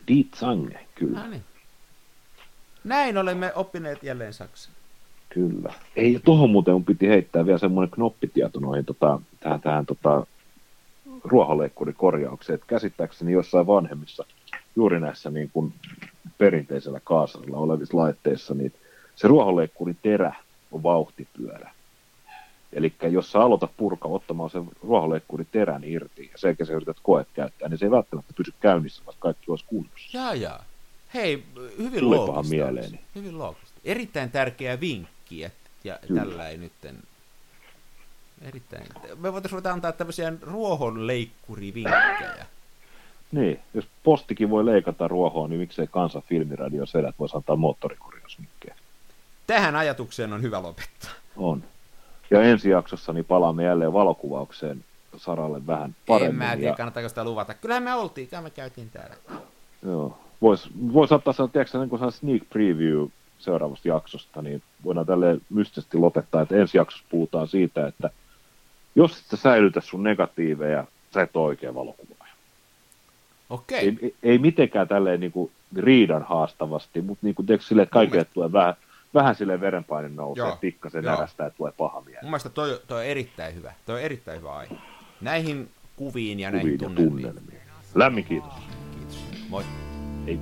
Die Zange, kyllä. No niin. Näin olemme oppineet jälleen saksaa. Kyllä. Ei, tohon muuten mun piti heittää vielä semmoinen knoppitieto noihin tota, tähän, tähän tota, ruohonleikkurikorjaukseen, että käsittääkseni jossain vanhemmissa, juuri näissä niin kuin perinteisellä kaasarilla olevissa laitteissa, niin se ruohonleikkurin terä on vauhtipyörä. Eli jos sä aloitat purkaa ottamaan sen ruohonleikkurin terän irti ja sen jälkeen sä yrität koet käyttää, niin se ei välttämättä pysy käynnissä, vaikka kaikki olisi kunnossa. Jaa, jaa. Hei, hyvin Tulipahan loogista. mieleeni. Hyvin loogista. Erittäin tärkeä vinkki, että ja Kyllä. tällä ei nytten... Erittäin... Me voitaisiin ruveta antaa tämmöisiä ruohonleikkurivinkkejä. Niin, jos postikin voi leikata ruohoa, niin miksei Kansan filmiradio sedät voisi antaa moottorikorjausvinkkejä. Tähän ajatukseen on hyvä lopettaa. On. Ja ensi jaksossa niin palaamme jälleen valokuvaukseen saralle vähän paremmin. En mä tiedä, ja... kannattaako sitä luvata. Kyllähän me oltiin, kyllä me käytiin täällä. Joo. Voisi vois ottaa sen, tiedätkö, niin kuin sneak preview seuraavasta jaksosta, niin voidaan tälleen mystisesti lopettaa, että ensi jaksossa puhutaan siitä, että jos et sä säilytä sun negatiiveja, sä et ole oikea valokuvaaja. Okei. Ei, ei, ei mitenkään tälleen niin kuin riidan haastavasti, mutta niin kuin, tiedätkö, silleen, että kaikille mielestä... tulee vähän, vähän silleen verenpaine nousee, Joo. pikkasen Joo. närästää ja tulee paha mieli. Mun mielestä toi, toi on erittäin hyvä. Toi on erittäin hyvä aihe. Näihin kuviin ja Kuviin näihin ja tunnelmiin. tunnelmiin. Lämmin kiitos. Kiitos. Moi. Hei.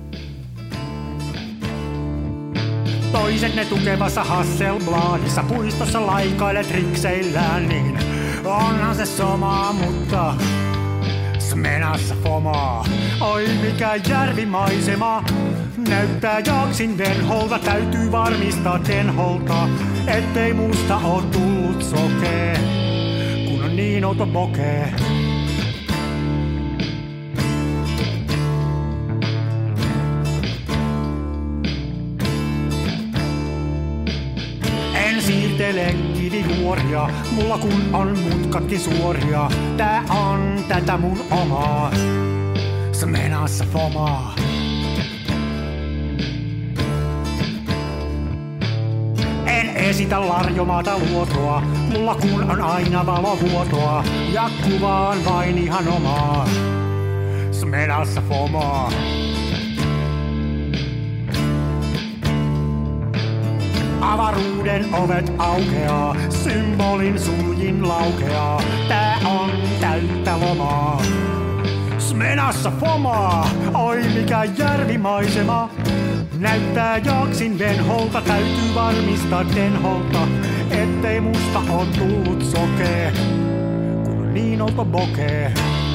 Toisenne tukevassa Hasselbladissa puistossa laikailet rikseillään, niin onhan se sama, mutta Smenassa fomaa. Oi mikä järvimaisema, näyttää jaksin venholta, täytyy varmistaa tenholta, ettei musta oo tullut sokee, kun on niin outo bokee. Siirtele kivijuoria, mulla kun on mutkatkin suoria. Tää on tätä mun omaa, Smenassa fomaa. En esitä larjomaata luotoa, mulla kun on aina valovuotoa. Ja kuvaan vain ihan omaa, Smenassa fomaa. Avaruuden ovet aukeaa, symbolin suljin laukeaa. Tää on täyttä lomaa, Smenassa fomaa. Oi mikä järvimaisema, näyttää jaksin venholta, täytyy varmistaa tenholta, ettei musta oo tullut sokee, kun on niin outo bokee.